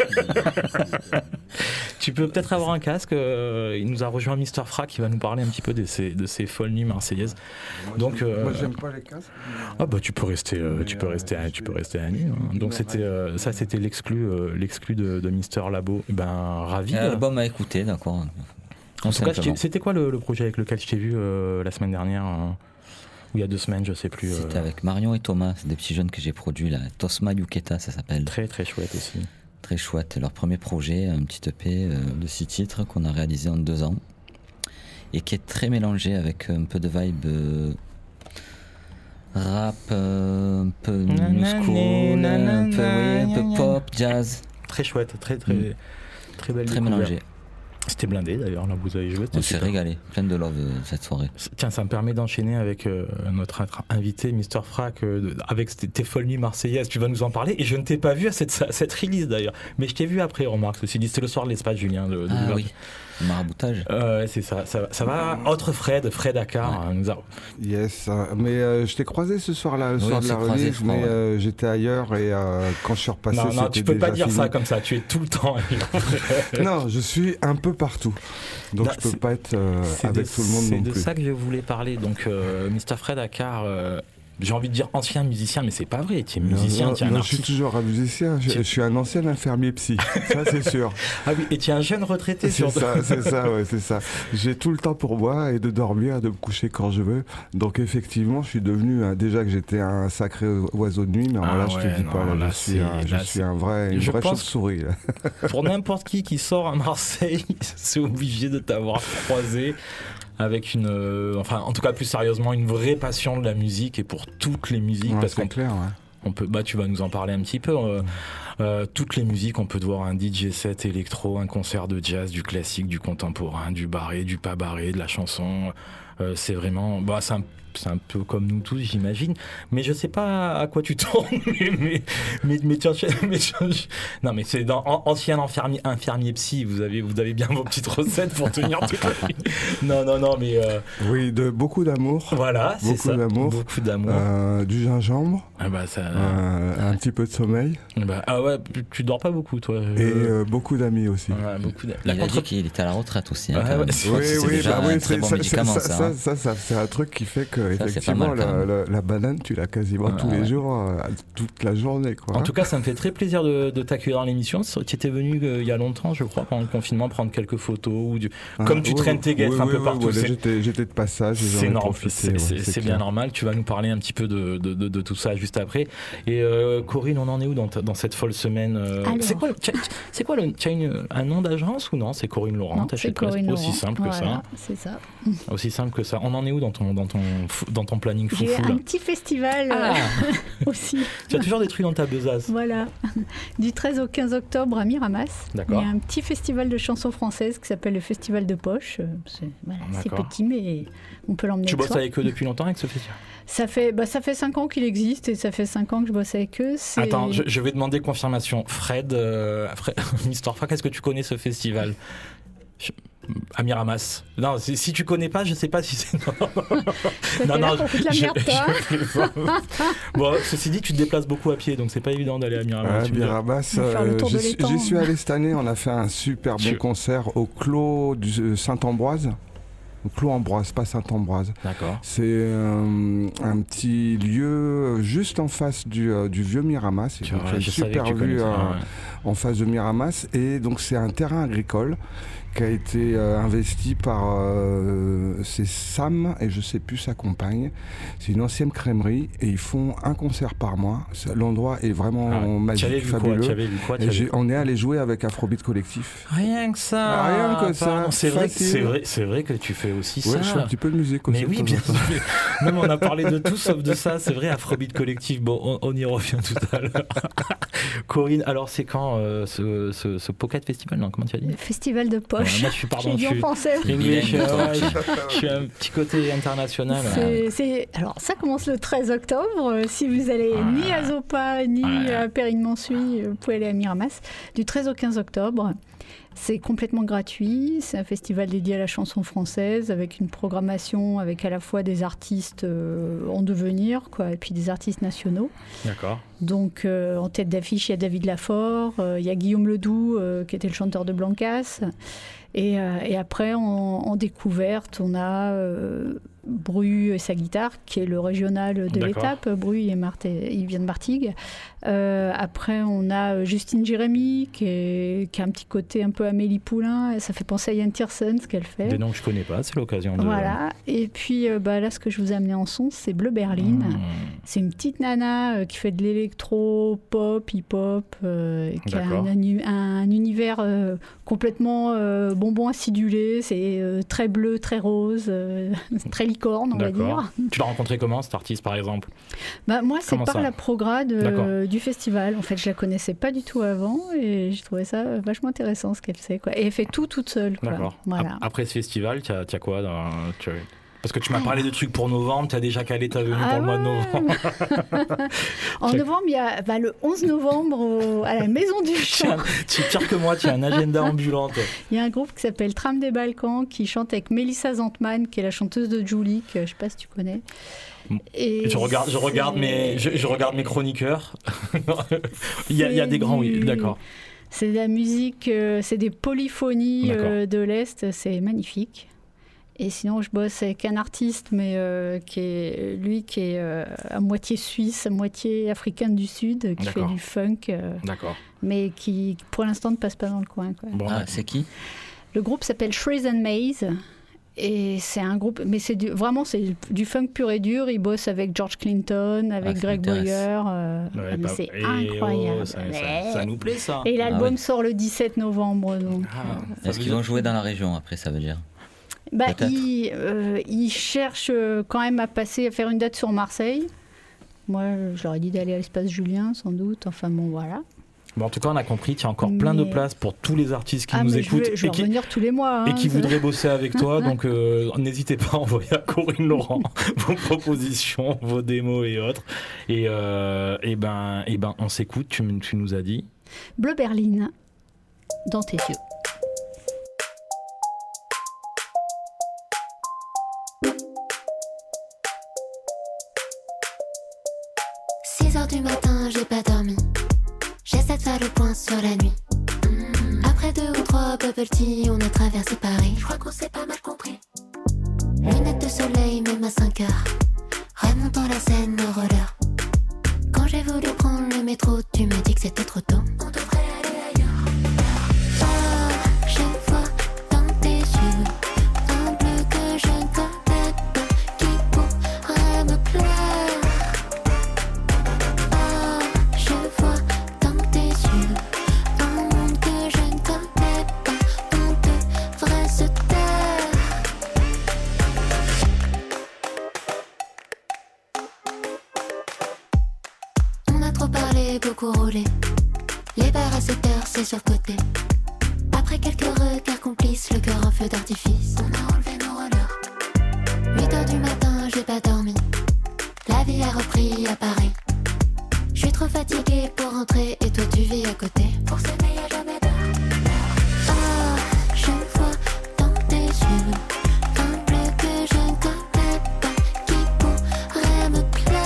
Tu peux peut-être avoir un casque. Euh, il nous a rejoint Mister Fra qui va nous parler un petit peu de ses, de ses folles nuits marseillaises. Moi, Donc, j'aime, euh... moi, j'aime pas les casques. Ah bah tu peux rester, euh, tu peux rester, à, tu peux rester à nu. Hein. Donc c'était, euh, ça c'était l'exclu, euh, l'exclu de, de Mister Labo. Et ben ravi. Euh, L'album à écouter, d'accord. En tout cas, c'était quoi le, le projet avec lequel je t'ai vu euh, la semaine dernière euh, ou il y a deux semaines, je sais plus. Euh... C'était avec Marion et Thomas, c'est des petits jeunes que j'ai produits là. Tosma Yuketa, ça s'appelle. Très très chouette aussi. Très chouette. Leur premier projet, un petit E P euh, de six titres qu'on a réalisé en deux ans et qui est très mélangé avec un peu de vibe. Euh, rap, euh, un peu new school, un peu, oui, un peu pop, jazz. Très chouette, très très, mm. très belle. Très mélangé. C'était blindé d'ailleurs, là vous avez joué. On s'est régalé, plein de love euh, cette soirée. Tiens, ça me permet d'enchaîner avec euh, notre invité, Mister Frack, euh, avec tes folles nuits marseillaises. Tu vas nous en parler. Et je ne t'ai pas vu à cette, à cette release d'ailleurs. Mais je t'ai vu après, remarque. Ceci dit, c'était le soir de l'espace, Julien. De, de ah oui, le maraboutage. Euh, c'est ça, ça, ça va. Autre Fred, Fred Akar. Ouais. Hein, nous a... Yes, euh, mais euh, je t'ai croisé ce soir-là, le oui, soir de la croisé, release, mais euh, j'étais ailleurs et euh, quand je suis repassé, non, non, tu peux pas dire fini. Ça comme ça. Tu es tout le temps. Non, je suis un peu partout. Donc non, je peux pas être euh, avec de, tout le monde non plus. plus. C'est de ça que je voulais parler. Donc euh, Mister Fred Akar, euh, j'ai envie de dire ancien musicien, mais c'est pas vrai. Tu es musicien, tu es un non, artiste. Je suis toujours un musicien. Je, je suis un ancien infirmier psy. Ça c'est sûr. Ah oui, et tu es un jeune retraité. C'est ça, c'est ça, ouais, c'est ça. J'ai tout le temps pour moi et de dormir, de me coucher quand je veux. Donc effectivement, je suis devenu hein, déjà que j'étais un sacré oiseau de nuit, mais alors là, ah je ouais, te dis non, pas, là, là, je suis, un, je suis un vrai, une je vraie chauve-souris. Pour n'importe qui qui sort à Marseille, c'est obligé de t'avoir croisé. Avec une, euh, enfin, en tout cas, plus sérieusement, une vraie passion de la musique et pour toutes les musiques. Ouais, parce c'est qu'on clair, ouais. On peut, bah, tu vas nous en parler un petit peu. Euh, euh, toutes les musiques, on peut te voir un D J set électro, un concert de jazz, du classique, du contemporain, du barré, du pas barré, de la chanson. Euh, c'est vraiment, bah, c'est un c'est un peu comme nous tous, j'imagine. Mais je sais pas à quoi tu tournes. Mais, mais, mais, mais, tu, mais non, mais c'est dans ancien infirmier, infirmier psy. Vous avez, vous avez bien vos petites recettes pour tenir toute la vie. Non, non, non, mais. Euh... Oui, de beaucoup d'amour. Voilà, c'est beaucoup ça. D'amour. Beaucoup d'amour. Euh, du gingembre. Ah bah ça. Euh, un petit peu de sommeil. Bah, ah ouais, tu dors pas beaucoup, toi. Et euh, beaucoup d'amis aussi. Ouais, beaucoup d'amis. Il a contre... dit qu'il était à la retraite aussi. Hein, ah ouais, oui, c'est, oui, c'est oui, déjà bah oui, un très bon ça, médicament, ça, ça. Ça, hein. ça, ça, c'est un truc qui fait que ça, effectivement, mal, la, la, la banane, tu l'as quasiment ah, tous ouais. les jours, euh, toute la journée. Quoi, en hein. tout cas, ça me fait très plaisir de, de t'accueillir dans l'émission. Tu étais venu euh, il y a longtemps, je crois, pendant le confinement, prendre quelques photos. Ou du... ah, Comme tu oui, traînes tes guests oui, un oui, peu oui, partout. Oui, c'est... J'étais, j'étais de passage. C'est, norm... c'est, ouais, c'est, c'est bien normal. Tu vas nous parler un petit peu de, de, de, de tout ça juste après. Et euh, Corinne, on en est où dans, ta, dans cette folle semaine euh... C'est quoi, le... c'est quoi le... Tu as une... un nom d'agence ou non? C'est Corinne Laurent, non, c'est Corinne Laurent. Aussi simple voilà, que ça. C'est ça. Aussi simple que ça. On en est où dans ton, dans ton, dans ton planning foufou? J'ai un petit festival ah. aussi. Tu as toujours des trucs dans ta besace. Voilà. Du treize au quinze octobre à Miramas. D'accord. Il y a un petit festival de chansons françaises qui s'appelle le Festival de Poche. C'est, voilà, c'est petit, mais on peut l'emmener. Tu bosses soir. avec eux depuis longtemps avec ce festival? Ça fait, bah, ça fait cinq ans qu'il existe et ça fait cinq ans que je bosse avec eux. C'est... Attends, je, je vais demander confirmation. Fred, euh, Fred Mister Frack, est-ce que tu connais ce festival? je... À Miramas. Non, si, si tu connais pas, je sais pas si c'est. Non, non, non. Pour foutre la merde, je, je... Bon, ceci dit, tu te déplaces beaucoup à pied, donc c'est pas évident d'aller à Miramas. À Miramas, euh, j'y, j'y suis allé cette année. On a fait un super bon concert au Clos du Saint-Ambroise. Clos Ambroise, pas Saint-Ambroise. D'accord. C'est euh, un petit lieu juste en face du, euh, du vieux Miramas. Tu vois, une super vue euh, ouais. en face de Miramas. Et donc c'est un terrain agricole qui a été euh, investi par euh, c'est Sam et je sais plus sa compagne. C'est une ancienne crèmerie et ils font un concert par mois. C'est, l'endroit est vraiment ah, magique, fabuleux. Quoi, vu quoi, et j'ai, on est allé jouer avec Afrobeat Collectif. Rien que ça. Rien que ça. C'est vrai, c'est vrai, c'est vrai que tu fais aussi ouais, ça. Je fais un petit peu de musique aussi. Mais oui, bien sûr. Même on a parlé de tout sauf de ça. C'est vrai, Afrobeat Collectif. Bon, on, on y revient tout à l'heure. Corinne, alors c'est quand euh, ce, ce, ce Pocket Festival, non, comment tu as dit? Festival de Poche. Moi, je suis pardon. J'ai dit en français. English, ouais, je, je suis un petit côté international. C'est, c'est... Alors, ça commence le treize octobre. Si vous allez ah. ni à Zopa, ni ouais. à Périne-Mansuy, vous pouvez aller à Miramas. Du treize au quinze octobre. C'est complètement gratuit, c'est un festival dédié à la chanson française avec une programmation avec à la fois des artistes euh, en devenir quoi, et puis des artistes nationaux. D'accord. Donc euh, en tête d'affiche, il y a David Lafort, euh, il y a Guillaume Ledoux euh, qui était le chanteur de Blancas. Et, euh, et après, en, en découverte, on a euh, Bru et sa guitare, qui est le régional de D'accord. l'étape. Bru, il, est Marthe, il vient de Martigues. Euh, après, on a Justine Jérémy, qui, est, qui a un petit côté un peu Amélie Poulain. Et ça fait penser à Yann Tiersen, ce qu'elle fait. Des noms que je ne connais pas, c'est l'occasion de... Voilà. Et puis, euh, bah, là, ce que je vous ai amené en son, c'est Bleu Berlin. Mmh. C'est une petite nana euh, qui fait de l'électro, pop, hip-hop, euh, qui D'accord. a un, un, un univers euh, complètement... Euh, bonbon acidulé, c'est euh, très bleu, très rose, euh, très licorne, on D'accord. va dire. Tu l'as rencontré comment, cet artiste, par exemple ? Bah, moi, c'est comment par ça la prograde euh, du festival. En fait, je la connaissais pas du tout avant et j'ai trouvé ça vachement intéressant, ce qu'elle fait. Quoi. Et elle fait tout toute seule. Quoi. D'accord. Voilà. Après ce festival, tu as quoi dans... tu... Parce que tu m'as parlé de trucs pour novembre, tu as déjà calé ta venue ah pour ouais. le mois de novembre. En novembre, il y a bah, le onze novembre au, à la Maison du Chant. Tu es pire que moi, tu as un agenda ambulant. Toi. Il y a un groupe qui s'appelle Tram des Balkans qui chante avec Mélissa Zantman, qui est la chanteuse de Julie, que je ne sais pas si tu connais. Et je regarde, je regarde mes, je, je regarde mes chroniqueurs. il, y a, il y a des grands, oui, d'accord. C'est de la musique, euh, c'est des polyphonies euh, de l'Est, c'est magnifique. Et sinon, je bosse avec un artiste, mais euh, qui est, lui, qui est euh, à moitié suisse, à moitié africain du Sud, qui D'accord. fait du funk, euh, D'accord. mais qui, pour l'instant, ne passe pas dans le coin. Quoi. Bon, ah, c'est qui ? Le groupe s'appelle Shrews and Maze. Et c'est un groupe, mais c'est du, vraiment c'est du funk pur et dur. Ils bossent avec George Clinton, avec ah, Greg Breuer. Euh, ouais, mais pas... c'est et incroyable. Oh, ça, ça, ça nous plaît ça. Et l'album ah, oui. sort le dix-sept novembre. Donc, ah, euh, Est-ce qu'ils vont jouer dans la région après, ça veut dire ? Bah, ils, euh, ils cherchent quand même à passer, à faire une date sur Marseille. Moi, je leur ai dit d'aller à l'Espace Julien, sans doute. Enfin bon, voilà. Bon, en tout cas, on a compris qu'il y a encore mais... plein de places pour tous les artistes qui ah, nous mais écoutent je vais, je vais et qui revenir tous les mois. Hein, et qui voudraient bosser avec toi. Donc, euh, n'hésitez pas à envoyer à Corinne Laurent vos propositions, vos démos et autres. Et, euh, et, ben, et ben, on s'écoute, tu, tu nous as dit. Bleu Berlin, dans tes yeux. six heures du matin, j'ai pas dormi. J'essaie de faire le point sur la nuit. Mmh. Après deux ou trois bubble tea, on a traversé Paris. Je crois qu'on s'est pas mal compris. Lunettes de soleil, même à cinq heures. Remontant la Seine au roller. Quand j'ai voulu prendre le métro, tu m'as dit que c'était trop tôt. On devrait aller ailleurs. Ah, je vois dans tes yeux un bleu que je ne connais pas, qui pourrait me plaire. Beaucoup roulé. Les bars à sept heures, c'est sur le côté. Après quelques regards complices, le cœur en feu d'artifice. On a enlevé nos rollers. huit heures du matin, j'ai pas dormi. La vie a repris à Paris. Je suis trop fatiguée pour rentrer et toi tu vis à côté. Pour s'aimer, y'a jamais d'heure. Ah, je vois dans tes yeux un bleu que je ne connais pas, qui pourrait me plaire.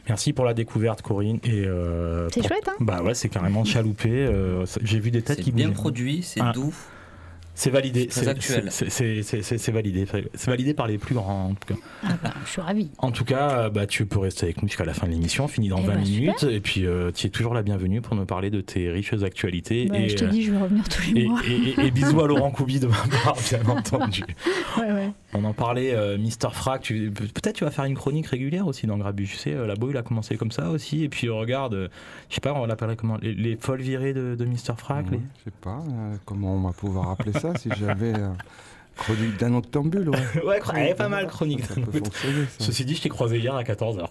Merci pour la découverte, Corinne. Et euh, c'est pour... chouette, hein? Bah ouais, c'est carrément chaloupé. Euh, j'ai vu des têtes c'est qui bien bougeaient. produit, c'est ah. doux. C'est validé, c'est, très actuel. C'est, c'est, c'est, c'est, c'est validé, c'est validé par les plus grands en tout cas. Ah bah, je suis ravie. En tout cas, bah, tu peux rester avec nous jusqu'à la fin de l'émission, on finit dans et vingt bah, minutes, super. et puis euh, tu es toujours la bienvenue pour nous parler de tes riches actualités. Bah, et, je te dis, je vais revenir tous les et, mois. Et, et, et bisous à Laurent Koubi de ma part, bien entendu. Ouais, ouais. On en parlait, euh, Mister Frack, tu, peut-être tu vas faire une chronique régulière aussi dans Grabuge, tu sais, euh, la Beau il a commencé comme ça aussi, et puis euh, regarde, euh, je sais pas, on l'appellerait comment, les, les folles virées de, de Mister Frack. Ouais, les... Je sais pas, euh, comment on va pouvoir appeler ça si j'avais... Euh... Chronique d'un octambule, ouais. ouais, ouais, pas mal, chronique d'un octambule. Ceci dit, je t'ai croisé hier à quatorze heures.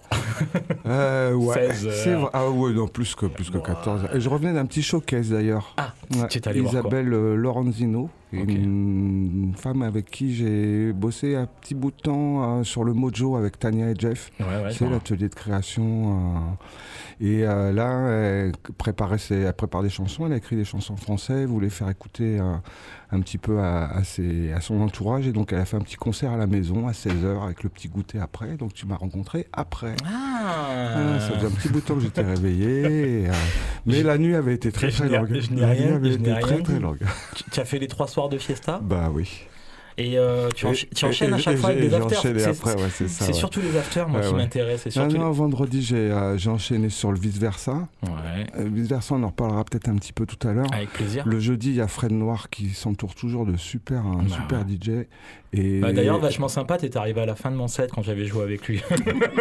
euh, ouais, seize heures. C'est vrai. Ah ouais, non, plus que, plus que quatorze heures. Et je revenais d'un petit showcase d'ailleurs. Ah, ouais. tu es allé Isabelle voir quoi Lorenzino, okay. une, une femme avec qui j'ai bossé un petit bout de temps euh, sur le Mojo avec Tania et Jeff. Ouais, ouais, c'est l'atelier de création. Euh, et euh, là, elle, préparait ses, elle prépare des chansons, elle a écrit des chansons françaises, voulait faire écouter euh, un petit peu à, à, ses, à son entourage. Et donc, elle a fait un petit concert à la maison à seize heures avec le petit goûter après. Donc, tu m'as rencontré après. Ah. Ah, ça faisait un petit bout de temps que j'étais réveillé. Et, euh, mais je, la nuit avait été très, très longue. Je n'ai rien, avait je n'ai été rien très, très longue. Tu, tu as fait les trois soirs de fiesta ? Bah oui. Et euh, tu, encha- et, tu enchaînes et, à chaque et, fois avec et des afters. C'est, après, ouais, c'est, ça, c'est ouais. surtout les afters, moi, ouais, qui ouais. m'intéressent. Non, non, les... vendredi, j'ai, euh, j'ai enchaîné sur le vice-versa. Ouais. Euh, vice-versa, on en reparlera peut-être un petit peu tout à l'heure. Avec plaisir. Le jeudi, il y a Fred Noir qui s'entoure toujours de super, un bah, super D J. Et... Bah, d'ailleurs, vachement sympa, t'es arrivé à la fin de mon set quand j'avais joué avec lui.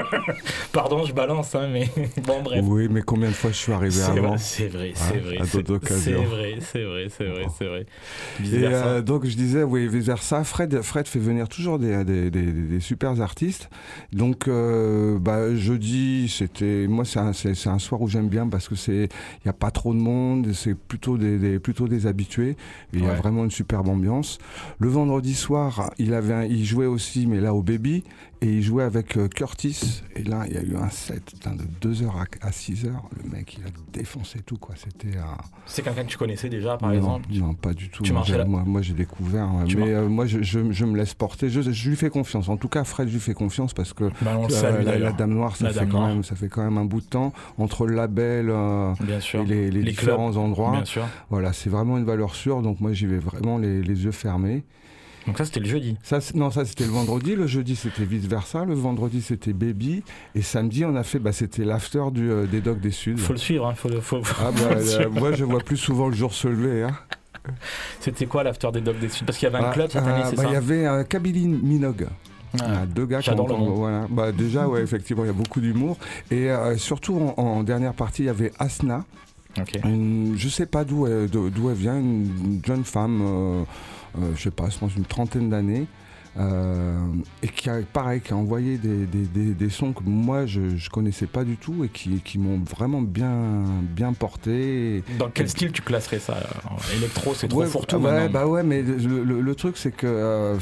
Pardon, je balance, hein, mais bon, bref. Oui, mais combien de fois je suis arrivé c'est avant vrai, C'est vrai, c'est vrai. À d'autres occasions. C'est vrai, c'est vrai, c'est vrai, c'est vrai. Et euh, donc, je disais, oui, vice-versa, Fred, Fred fait venir toujours des, des, des, des super artistes. Donc, euh, bah, jeudi, c'était... Moi, c'est un, c'est, c'est un soir où j'aime bien parce que c'est... Il n'y a pas trop de monde, c'est plutôt des, des, plutôt des habitués. Il ouais. y a vraiment une superbe ambiance. Le vendredi soir, il, avait un, il jouait aussi, mais là, au Baby. Et il jouait avec euh, Curtis. Et là, il y a eu un set putain, de deux heures à, à six heures. Le mec, il a défoncé tout, quoi. C'était... Euh... C'est quelqu'un que tu connaissais déjà, par non, exemple Non, pas du tout. Tu moi, j'ai, la... moi, moi, j'ai découvert. Ouais. Mais euh, moi, je, je, je me laisse porter. Je, je lui fais confiance. En tout cas, Fred, je lui fais confiance parce que bah, on le salue, la, la Dame Noire, ça, la fait Dame quand Noire. Même, ça fait quand même un bout de temps. Entre le label euh, Bien sûr. et les, les, les différents clubs. endroits. Bien sûr. Voilà, c'est vraiment une valeur sûre. Donc, moi, j'y vais vraiment les, les yeux fermés. Donc ça, c'était le jeudi. Ça, non, ça, c'était le vendredi. Le jeudi, c'était vice-versa. Le vendredi, c'était Baby. Et samedi, on a fait... Bah, c'était l'after du, euh, des Dogs des Suds. Faut le suivre. Hein. Faut le, faut, ah, bah, euh, moi, je vois plus souvent le jour se lever. Hein. C'était quoi l'after des Dogs des Suds? Parce qu'il y avait un ah, club cette année, ah, c'est bah, ça? Il y avait euh, Kabylie Minogue. Ah, deux gars qui ont... Voilà. Bah, déjà, ouais, effectivement, il y a beaucoup d'humour. Et euh, surtout, en, en dernière partie, il y avait Asna. Okay. Une, je sais pas d'où elle, d'où elle vient, une, une jeune femme... Euh, Euh, je sais pas, je pense une trentaine d'années, euh, et qui a, pareil, qui a envoyé des, des, des, des sons que moi je, je connaissais pas du tout et qui, qui m'ont vraiment bien, bien porté. Dans quel et... style tu classerais ça? Électro, c'est trop ouais, fourre-tout. Ouais, maintenant. bah ouais, mais le, le, le truc c'est que euh,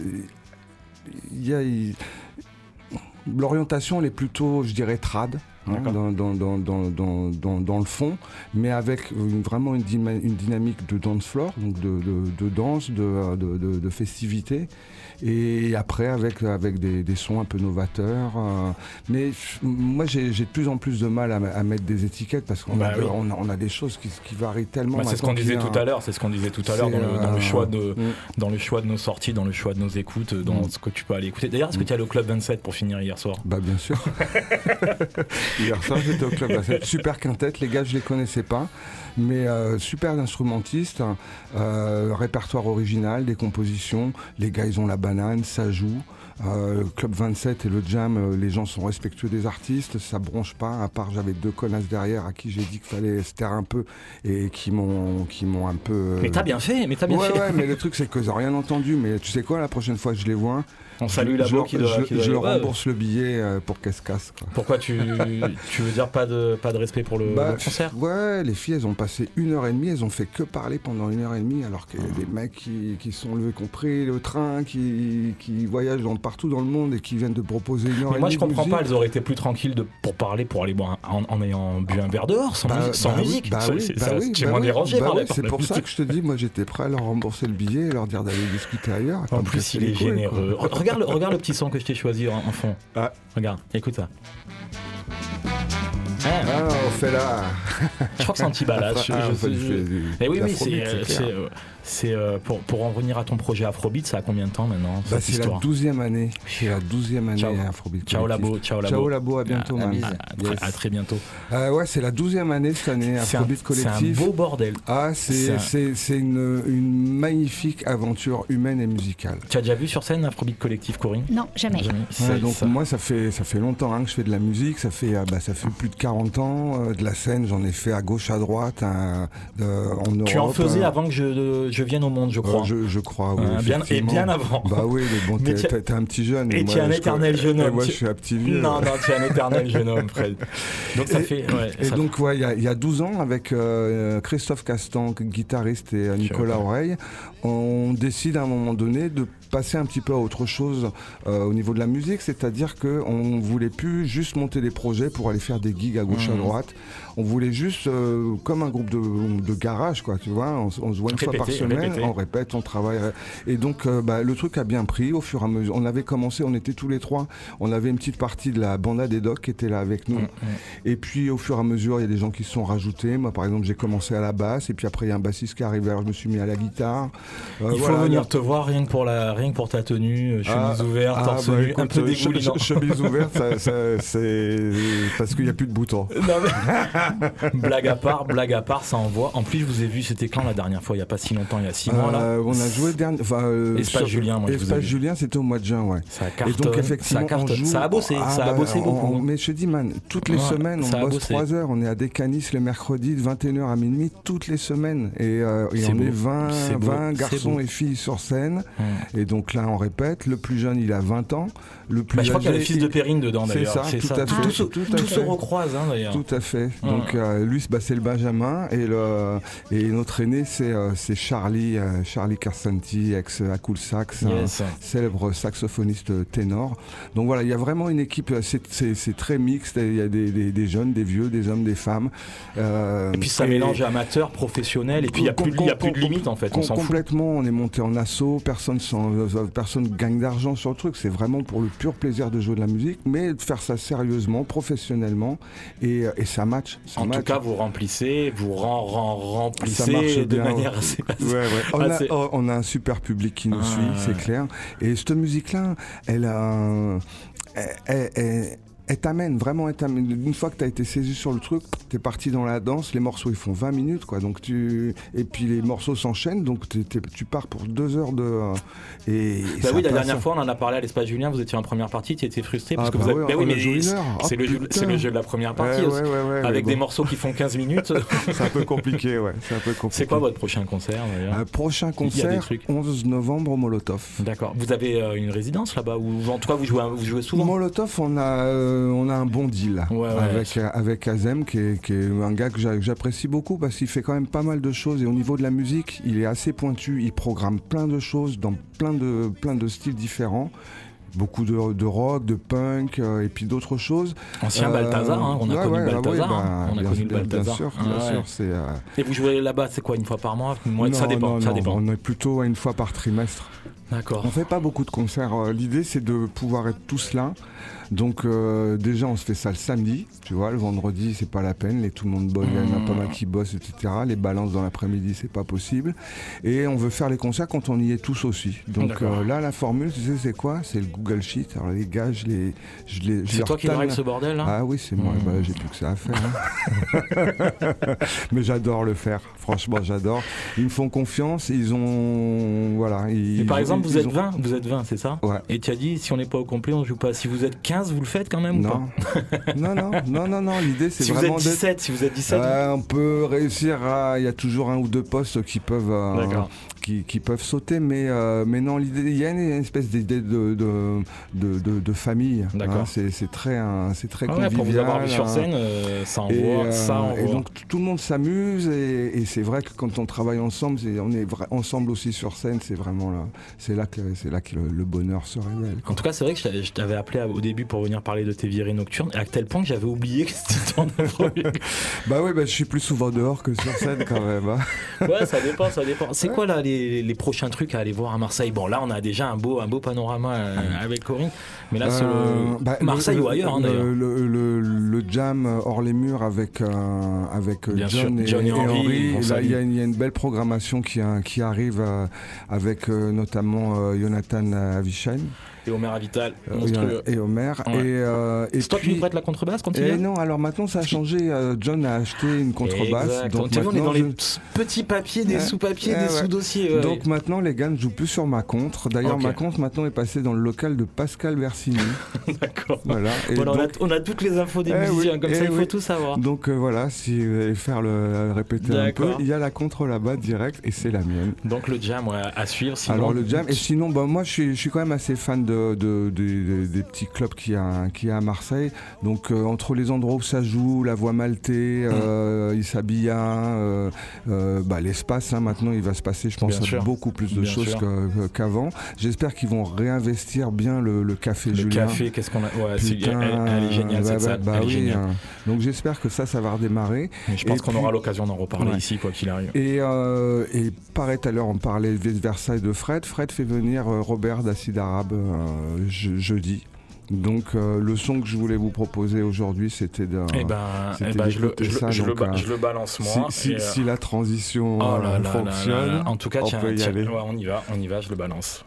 il y a il... l'orientation elle est plutôt, je dirais, trad. Hein, dans, dans, dans, dans, dans, dans le fond, mais avec une, vraiment une, dyma, une dynamique de dance floor, donc de, de, de danse, de, de, de, de festivité, et après avec, avec des, des sons un peu novateurs. Euh, mais moi j'ai, j'ai de plus en plus de mal à, à mettre des étiquettes parce qu'on bah a, oui. on a, on a des choses qui, qui varient tellement. Bah, c'est ce qu'on disait tout à l'heure, c'est ce qu'on disait tout à l'heure dans le, dans, le choix de, mm. dans le choix de nos sorties, dans le choix de nos écoutes, dans mm. ce que tu peux aller écouter. D'ailleurs, est-ce que tu es allé au Club vingt-sept pour finir hier soir? Bah bien sûr. Hier soir, j'étais au Club vingt-sept. Super quintette, les gars, je les connaissais pas, mais euh, super instrumentistes, euh, répertoire original, des compositions. Les gars, ils ont la banane, ça joue. Euh, Club vingt-sept et le jam, euh, les gens sont respectueux des artistes, ça bronche pas, à part j'avais deux connasses derrière à qui j'ai dit qu'il fallait se taire un peu et qui m'ont, qui m'ont un peu... Euh... Mais t'as bien fait, mais t'as bien ouais, fait. Ouais, mais le truc c'est qu'ils n'ont rien entendu, mais tu sais quoi, la prochaine fois que je les vois... On salue la Beau qui doit... Je, qui doit je leur ouais. rembourse le billet euh, pour qu'elle se casse. Quoi. Pourquoi tu, tu veux dire pas de, pas de respect pour le, bah, le concert? Ouais, les filles, elles ont passé une heure et demie, elles ont fait que parler pendant une heure et demie, alors qu'il y a des mecs qui, qui sont levés, compris le train, qui, qui voyagent dans, partout dans le monde et qui viennent de proposer une heure mais et moi, demie. Moi, je comprends musique. pas, elles auraient été plus tranquilles de, pour parler, pour aller boire en, en ayant bu un verre dehors, sans, bah, musique, sans bah, musique. Bah ça, oui, c'est, bah ça, oui, c'est bah moins oui, dérangé bah par, oui, par c'est la pour musique. ça que je te dis, moi, j'étais prêt à leur rembourser le billet et leur dire d'aller discuter ailleurs. En plus, il est couilles, généreux. Regarde, regarde le petit son que je t'ai choisi en, en fond. Ah. Regarde, écoute ça. Ah, on fait là. Je crois que c'est anti-balade. Ah, je, on je, fait je, du- je... du- Mais oui, oui, d'afrobeat, c'est, c'est c'est, clair. euh, c'est euh, pour, pour en revenir à ton projet Afrobeat, ça a combien de temps maintenant Bah, cette c'est la histoire douzième année. C'est la douzième année Ciao. Afrobeat. Ciao Collectif. Labo, ciao Labo. Ciao Labo, à bientôt. À, à, man. à- à très, Yes. à très bientôt. Euh, ouais, c'est la douzième année cette année, C'est un, Afrobeat Collectif. c'est un beau bordel. Ah, c'est, C'est un- c'est, c'est une, une magnifique aventure humaine et musicale. Tu as déjà vu sur scène Afrobeat Collectif, Corinne? Non, jamais. Ouais, C'est- donc ça- moi ça fait ça fait longtemps hein, que je fais de la musique, ça fait euh, bah, ça fait plus de quarante ans euh, de la scène, j'en ai fait à gauche à droite hein, euh, en Europe. Tu en faisais hein. avant que je, je vienne au monde, je crois. Euh, je, je crois, oui. Euh, bien- et effectivement. bien avant. Bah oui, mais bon, Mais t'es, tu- t'es- t'es un petit jeune. Et moi, tu es un je- éternel jeune et homme. moi, Tu- je suis un petit vieux. Non, non, tu es un éternel jeune homme, Fred. Donc ça et, fait. Ouais, et ça donc, ouais, il y a- il y, a douze ans, avec euh, Christophe Castan, guitariste, et euh, Nicolas Oreille, on décide à un moment donné de passer un petit peu à autre chose euh, au niveau de la musique, c'est-à-dire qu'on voulait plus juste monter des projets pour aller faire des gigs à gauche Mmh. à droite. On voulait juste, euh, comme un groupe de, de garage, quoi, tu vois, on, s- on se voit une fois par Répéter, semaine, répéter. on répète, on travaille. Et donc, euh, bah, le truc a bien pris au fur et à mesure. On avait commencé, on était tous les trois, on avait une petite partie de la banda des docs qui était là avec nous. Mmh, Et puis, au fur et à mesure, il y a des gens qui se sont rajoutés. Moi, par exemple, j'ai commencé à la basse, et puis après, il y a un bassiste qui est arrivé, alors je me suis mis à la guitare. Euh, Il faut voilà, venir il y a- te voir rien que pour, la, rien que pour ta tenue, euh, chemise Ah, ouverte, ah, torse bah, nu, écoute, un peu euh, che- dégoulinant. che- chemise ouverte, ça, ça, c'est parce qu'il n'y a plus de boutons. Non, mais- blague à part, blague à part, ça envoie. En plus, je vous ai vu, c'était quand la dernière fois? Il n'y a pas si longtemps, il y a six mois là. Euh, on a joué dernier, enfin, euh, Espace sur- Julien, moi, je vous ai Espace vu. Julien, c'était au mois de juin, ouais. Ça Et cartonne, donc effectivement, ça cartonne. on joue. Ça a bossé, Ah, ça a bah, bossé on- beaucoup. on- mais je te dis, man, toutes les Ouais, semaines, ça on a bosse bossé. trois heures. On est à Décanis le mercredi de vingt et une heures à minuit toutes les semaines, et, euh, et C'est on beau. est vingt, C'est beau. vingt C'est garçons beau. et filles sur scène. Ouais. Et donc là, on répète. Le plus jeune, il a vingt ans. Le plus Bah, je crois qu'il y a le âgé, fils de Perrine dedans c'est d'ailleurs. ça, tout à fait. Tout, se- Tout à tout se fait. recroise hein, d'ailleurs. Tout à fait. Ouais. Donc euh, lui, bah, c'est le Benjamin, et, le, et notre aîné, c'est, euh, c'est Charlie, euh, Charlie Carsanti, ex Acool Sax, Yes. un célèbre saxophoniste ténor. Donc voilà, il y a vraiment une équipe, c'est, c'est, c'est très mixte. Il y a des, des, des jeunes, des vieux, des hommes, des femmes. Euh, Et puis ça mélange amateur, professionnel, et puis il n'y a, plus de- il y a plus de limite en fait. On s'en fout. Complètement, on est monté en assaut, personne, s'en- euh, personne gagne d'argent sur le truc, c'est vraiment pour le pur plaisir de jouer de la musique, mais de faire ça sérieusement, professionnellement, et, et ça match. Ça En match. tout cas, vous remplissez, vous ren- ren- Ça marche remplissez de bien, manière ouais. assez. Ouais, ouais. On, a, assez- oh, on a un super public qui nous Ah, suit, c'est ouais. clair. Et cette musique-là, elle a un- elle, elle- elle- elle t'amène, vraiment, elle t'amène. Une fois que tu as été saisi sur le truc, tu es parti dans la danse, les morceaux ils font vingt minutes, quoi. Donc tu... Et puis les morceaux s'enchaînent, donc t'es- t'es- tu pars pour deux heures de. euh, Et, et Bah ça oui, la passe. dernière fois, on en a parlé à l'Espace Julien, vous étiez en première partie, tu étais frustré parce Ah que bah vous avez. ouais, Bah oui, on a mais joué une heure. c'est Oh, le, jeu- putain. c'est le jeu de la première partie Ouais, aussi. ouais, ouais, ouais, avec mais des bon. morceaux qui font quinze minutes. C'est un peu compliqué, ouais. C'est un peu compliqué. C'est quoi votre prochain concert d'ailleurs? Un prochain Il y a des concert, trucs. onze novembre au Molotov. D'accord. Vous avez euh, une résidence là-bas ou en tout cas vous jouez, vous jouez souvent? Molotov, on a, euh, on a un bon deal Ouais, ouais. avec, euh, avec Azem, qui est, qui est un gars que j'a- que j'apprécie beaucoup parce qu'il fait quand même pas mal de choses. Et au niveau de la musique, il est assez pointu. Il programme plein de choses dans plein de, plein de styles différents. Beaucoup de, de rock, de punk, euh, et puis d'autres choses. Ancien Balthazar, hein, on a ouais, connu ouais, le ah oui, Balthazar. bah, hein. On a bien, connu le bien- Balthazar. Bien sûr, bien Ouais. sûr. C'est, euh, Et vous jouez là-bas, c'est quoi, une fois par mois? Moi, ça non, dépend. non, ça non, dépend. on est plutôt à une fois par trimestre. D'accord. On fait pas beaucoup de concerts. Euh, L'idée, c'est de pouvoir être tous là. Donc euh, déjà, on se fait ça le samedi. Tu vois, le vendredi, c'est pas la peine. Les, tout le monde bosse. Il y en a pas mal qui bossent, et cetera. Les balances dans l'après-midi, c'est pas possible. Et on veut faire les concerts quand on y est tous aussi. Donc D'accord. euh, là, la formule, tu sais, c'est quoi? C'est le Google Sheet. Alors les gars, je les, je les. je C'est leur toi qui tanne. règle ce bordel là? Ah oui, c'est moi. Mmh. Bah, j'ai plus que ça à faire. hein. Mais j'adore le faire. Franchement, j'adore. Ils me font confiance. Ils ont, voilà. Ils, Mais par exemple, ils vous êtes ont- vingt, vous êtes vingt, c'est ça? Ouais. Et tu as dit, si on n'est pas au complet, on joue pas. Si vous êtes quinze, vous le faites quand même ou Non. pas? non, non, non, non, non. L'idée, c'est Si vous vraiment êtes d'être- dix-sept, si vous êtes dix-sept. Euh, on peut réussir à. Il y a toujours un ou deux postes qui peuvent, euh, D'accord. qui, qui peuvent sauter, mais, euh, mais non, l'idée, il y a une espèce d'idée de, de, de, de, de famille. D'accord. hein. c'est, c'est très, hein, c'est très Ah ouais, convivial. pour vous avoir vu sur hein. scène, euh, ça Et, envoie, euh, ça et envoie. donc t- tout le monde s'amuse et, et c'est c'est vrai que quand on travaille ensemble, c'est, on est vra- ensemble aussi sur scène, c'est vraiment là, c'est là que, c'est là que le, le bonheur se révèle. En tout cas, c'est vrai que je t'avais, je t'avais appelé au début pour venir parler de tes virées nocturnes, à tel point que j'avais oublié que c'était ton œuvre. Bah oui, bah, je suis plus souvent dehors que sur scène quand même. Hein. Ouais, ça dépend, ça dépend. C'est quoi là les, les prochains trucs à aller voir à Marseille? Bon, là, on a déjà un beau, un beau panorama euh, avec Corinne, mais là, c'est Euh, le bah, Marseille le- ou ailleurs, hein, le, d'ailleurs. le, le, le jam hors les murs avec, euh, avec Bien John, sûr, et, John et et Henry, Henry. on Et là, salue. il y, a une- il y a une belle programmation qui, a- qui arrive euh, avec euh, notamment euh, Jonathan Avichan. Et Omer Avital, Euh, monstrueux. et Omer. Ouais. Et, euh, et C'est toi puis, qui nous prêtes la contrebasse quand il et vient? non, alors maintenant ça a changé. euh, John a acheté une contrebasse. Exact. Donc Tu vois, on est maintenant, dans les je- petits papiers, des Ouais, sous-papiers, ouais, des ouais. sous-dossiers. ouais. Donc maintenant les gars ne jouent plus sur ma contre. D'ailleurs Ok. ma contre maintenant est passée dans le local de Pascal Versini. D'accord. Voilà. Et Voilà, donc- on, a, on a toutes les infos des Eh musiciens, oui, comme eh ça il faut oui. tout savoir. Donc euh, voilà, si vous allez faire le répéter un peu, D'accord. il y a la contre là-bas direct et c'est la mienne. Donc le jam ouais, à suivre. Sinon... Alors le jam, et sinon, bah, moi je suis, je suis quand même assez fan de, de, de- de- des petits clubs qu'il y a, qu'il y a à Marseille. Donc euh, entre les endroits où ça joue, la Voie Maltais, euh, Isabilla, euh, euh, bah, l'espace, hein, maintenant il va se passer, je pense, Bien sûr. beaucoup plus de Bien choses sûr. que- qu'avant. J'espère qu'ils vont réinvestir bien le, le café Le Julien. café, qu'est-ce qu'on a ouais, c'est- Putain, elle, elle est géniale bah, cette bah, salle. bah elle est oui, géniale. hein. Donc j'espère que ça, ça va redémarrer. Mais je pense Et qu'on puis- aura l'occasion d'en reparler Ouais. ici quoi qu'il arrive. Et, euh, et pareil, tout à l'heure, on parlait de Versailles de Fred. Fred fait venir euh, Robert d'Acide Arabe euh, je- jeudi. Donc euh, le son que je voulais vous proposer aujourd'hui, c'était de. Eh ben, c'était eh ben, je, le, d'écouter je, ça, je le, donc, ba- euh, je le balance moi. Si, si- et, euh, si la transition oh là euh, là là fonctionne, là là. En tout cas, on tiens, peut y tiens, aller. ouais, on y va, on y va, je le balance.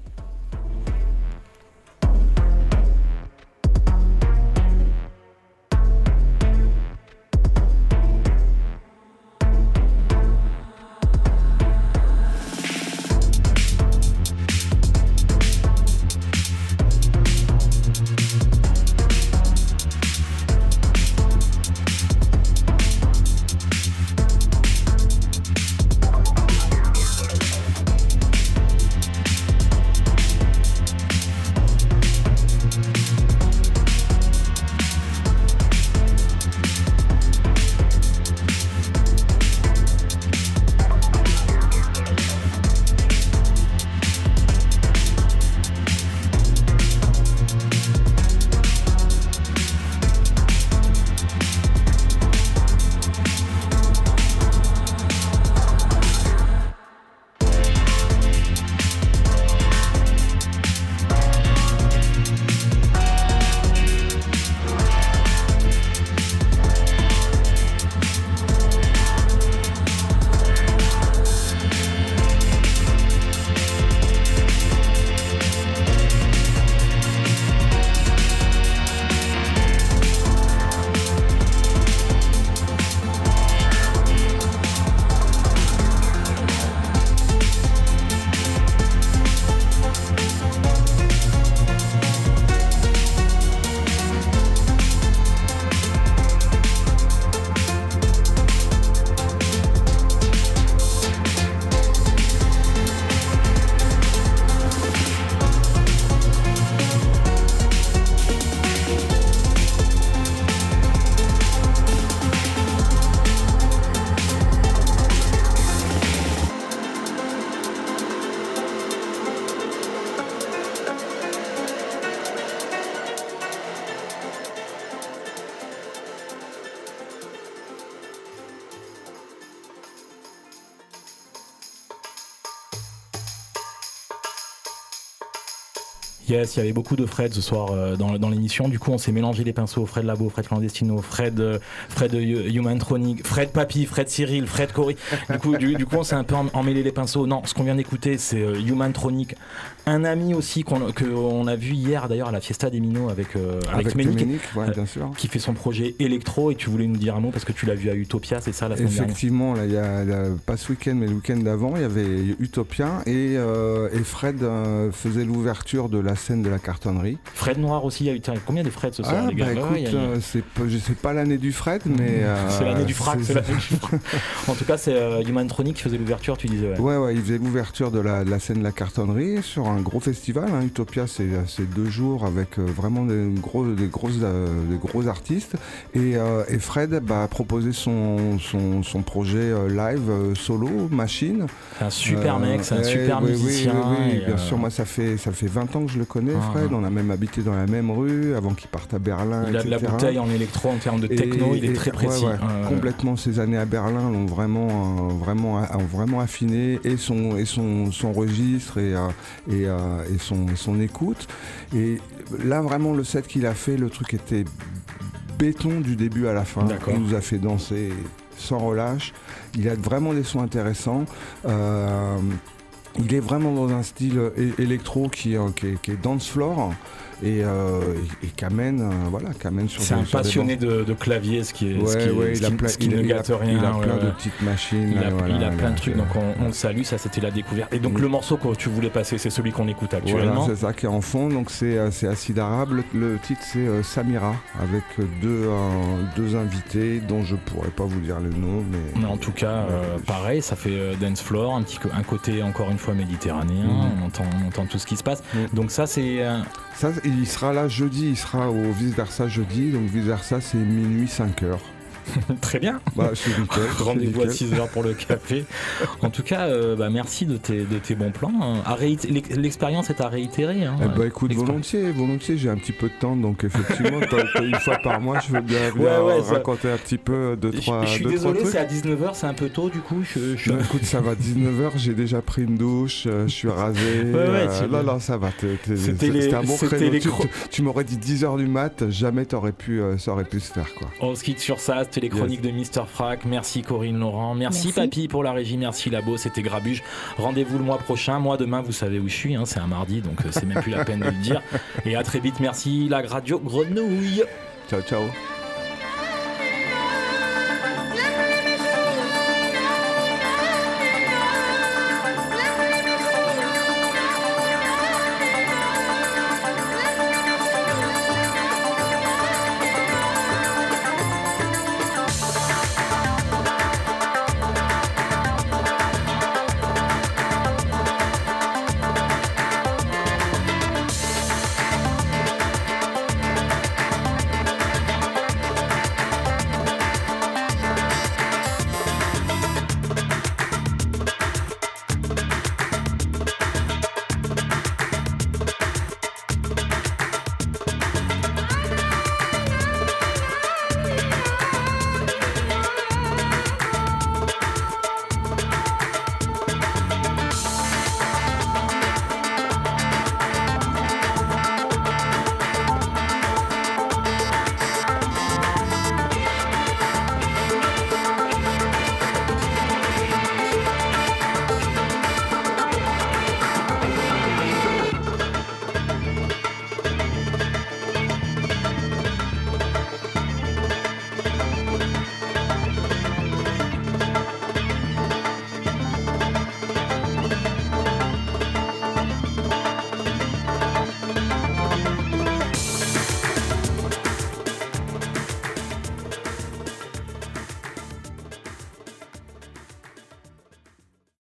Yes, il y avait beaucoup de Fred ce soir euh, dans, dans l'émission. Du coup, on s'est mélangé les pinceaux. Fred Labo, Fred Clandestino, Fred, euh, Fred euh, Human Tronic, Fred Papy, Fred Cyril, Fred Cory. Du coup, du, du coup, on s'est un peu emmêlé les pinceaux. Non, ce qu'on vient d'écouter, c'est euh, Human Tronic, un ami aussi qu'on qu'on a vu hier d'ailleurs à la Fiesta des Minots avec euh, avec, Avec Ménic, Ménic, ouais, bien sûr. qui fait son projet électro. Et tu voulais nous dire un mot parce que tu l'as vu à Utopia, c'est ça la semaine dernière. Effectivement, là, il y a, il y a pas ce week-end, mais le week-end d'avant, il y avait Utopia et, euh, et Fred euh, faisait l'ouverture de la scène de la cartonnerie. Fred Noir aussi, il y a eu combien de Fred ce soir, ah, les gars? bah, écoute, ouais, a... euh, c'est pas, je sais pas l'année du Fred, mais... Euh, c'est l'année du frac, c'est, c'est l'année du frac. En tout cas, c'est euh, Humantronic qui faisait l'ouverture, tu disais. Ouais, ouais, ouais il faisait l'ouverture de la, de la scène de la cartonnerie sur un gros festival. Hein. Utopia, c'est, c'est deux jours avec euh, vraiment des gros, des, grosses, euh, des gros artistes. Et, euh, et Fred bah, a proposé son, son, son projet euh, live euh, solo, Machine. C'est un super euh, mec, c'est un ouais, super oui, musicien. Oui, oui, oui, bien euh... sûr, moi ça fait, ça fait vingt ans que je le connais, ah, Fred. Ah. On a même habité dans la même rue avant qu'il parte à Berlin. Il a et cetera. De la bouteille en électro en termes de techno, et, il est très précis. Ouais, ouais, euh... Complètement, ces années à Berlin l'ont vraiment, euh, vraiment, ont vraiment affiné et son, et son, son registre et, euh, et, euh, et, son, et son écoute. Et là, vraiment, le set qu'il a fait, le truc était béton du début à la fin. D'accord. Il nous a fait danser sans relâche. Il a vraiment des sons intéressants. Euh, il est vraiment dans un style é- électro qui, qui, est, qui est dance floor. Et, euh, et, et qu'amène, euh, voilà, qu'amène sur c'est des, un sur passionné de, de clavier, ce qui est, ouais, ce qui, ouais, est, il a plein, ce qui il, ne il gâte a, rien. Il a ouais, plein ouais. de petites machines. Il a, voilà, il a plein de trucs, fait... donc on, on le salue, ça c'était la découverte. Et donc mmh. le morceau que tu voulais passer, c'est celui qu'on écoute actuellement. Voilà, c'est ça qui est en fond, donc c'est, c'est Acide Arabe. Le, le titre c'est euh, Samira, avec deux, euh, deux invités dont je pourrais pas vous dire le nom. Mais, mais en tout cas, euh, pareil, ça fait euh, dance floor, un, petit, un côté encore une fois méditerranéen, mmh. on, entend, on entend tout ce qui se passe. Mmh. Donc ça c'est... Euh... Ça, il sera là jeudi, il sera au Vice Versa jeudi, donc Vice Versa c'est minuit cinq heures. Très bien. Bah, c'est nickel. Rendez-vous à six heures pour le café. En tout cas, euh, bah, merci de tes, de tes bons plans. À réit- l'expérience est à réitérer. Hein. Eh bah, écoute, volontiers, volontiers, j'ai un petit peu de temps, donc effectivement, une fois par mois, je veux bien, bien ouais, ouais, raconter ça... un petit peu deux, trois Je, je suis deux, désolé, c'est à dix-neuf heures, c'est un peu tôt du coup. Je, je... Non, écoute, ça va, dix-neuf heures, j'ai déjà pris une douche, je suis rasé. Ouais, ouais, euh, là, là, ça va. T'es, t'es, c'était, c'était les, un bon c'était créneau. les Tu, cro... tu, tu m'aurais dit dix heures du mat, jamais t'aurais pu, euh, ça aurait pu se faire, quoi. On se quitte sur ça, c'était les chroniques yes. de Mister Frac. Merci Corinne Laurent, merci, merci Papy pour la régie, merci Labo, c'était Grabuge. Rendez-vous le mois prochain. Moi demain, vous savez où je suis, hein, c'est un mardi, donc euh, c'est même plus la peine de le dire. Et à très vite, merci la radio Grenouille. Ciao ciao.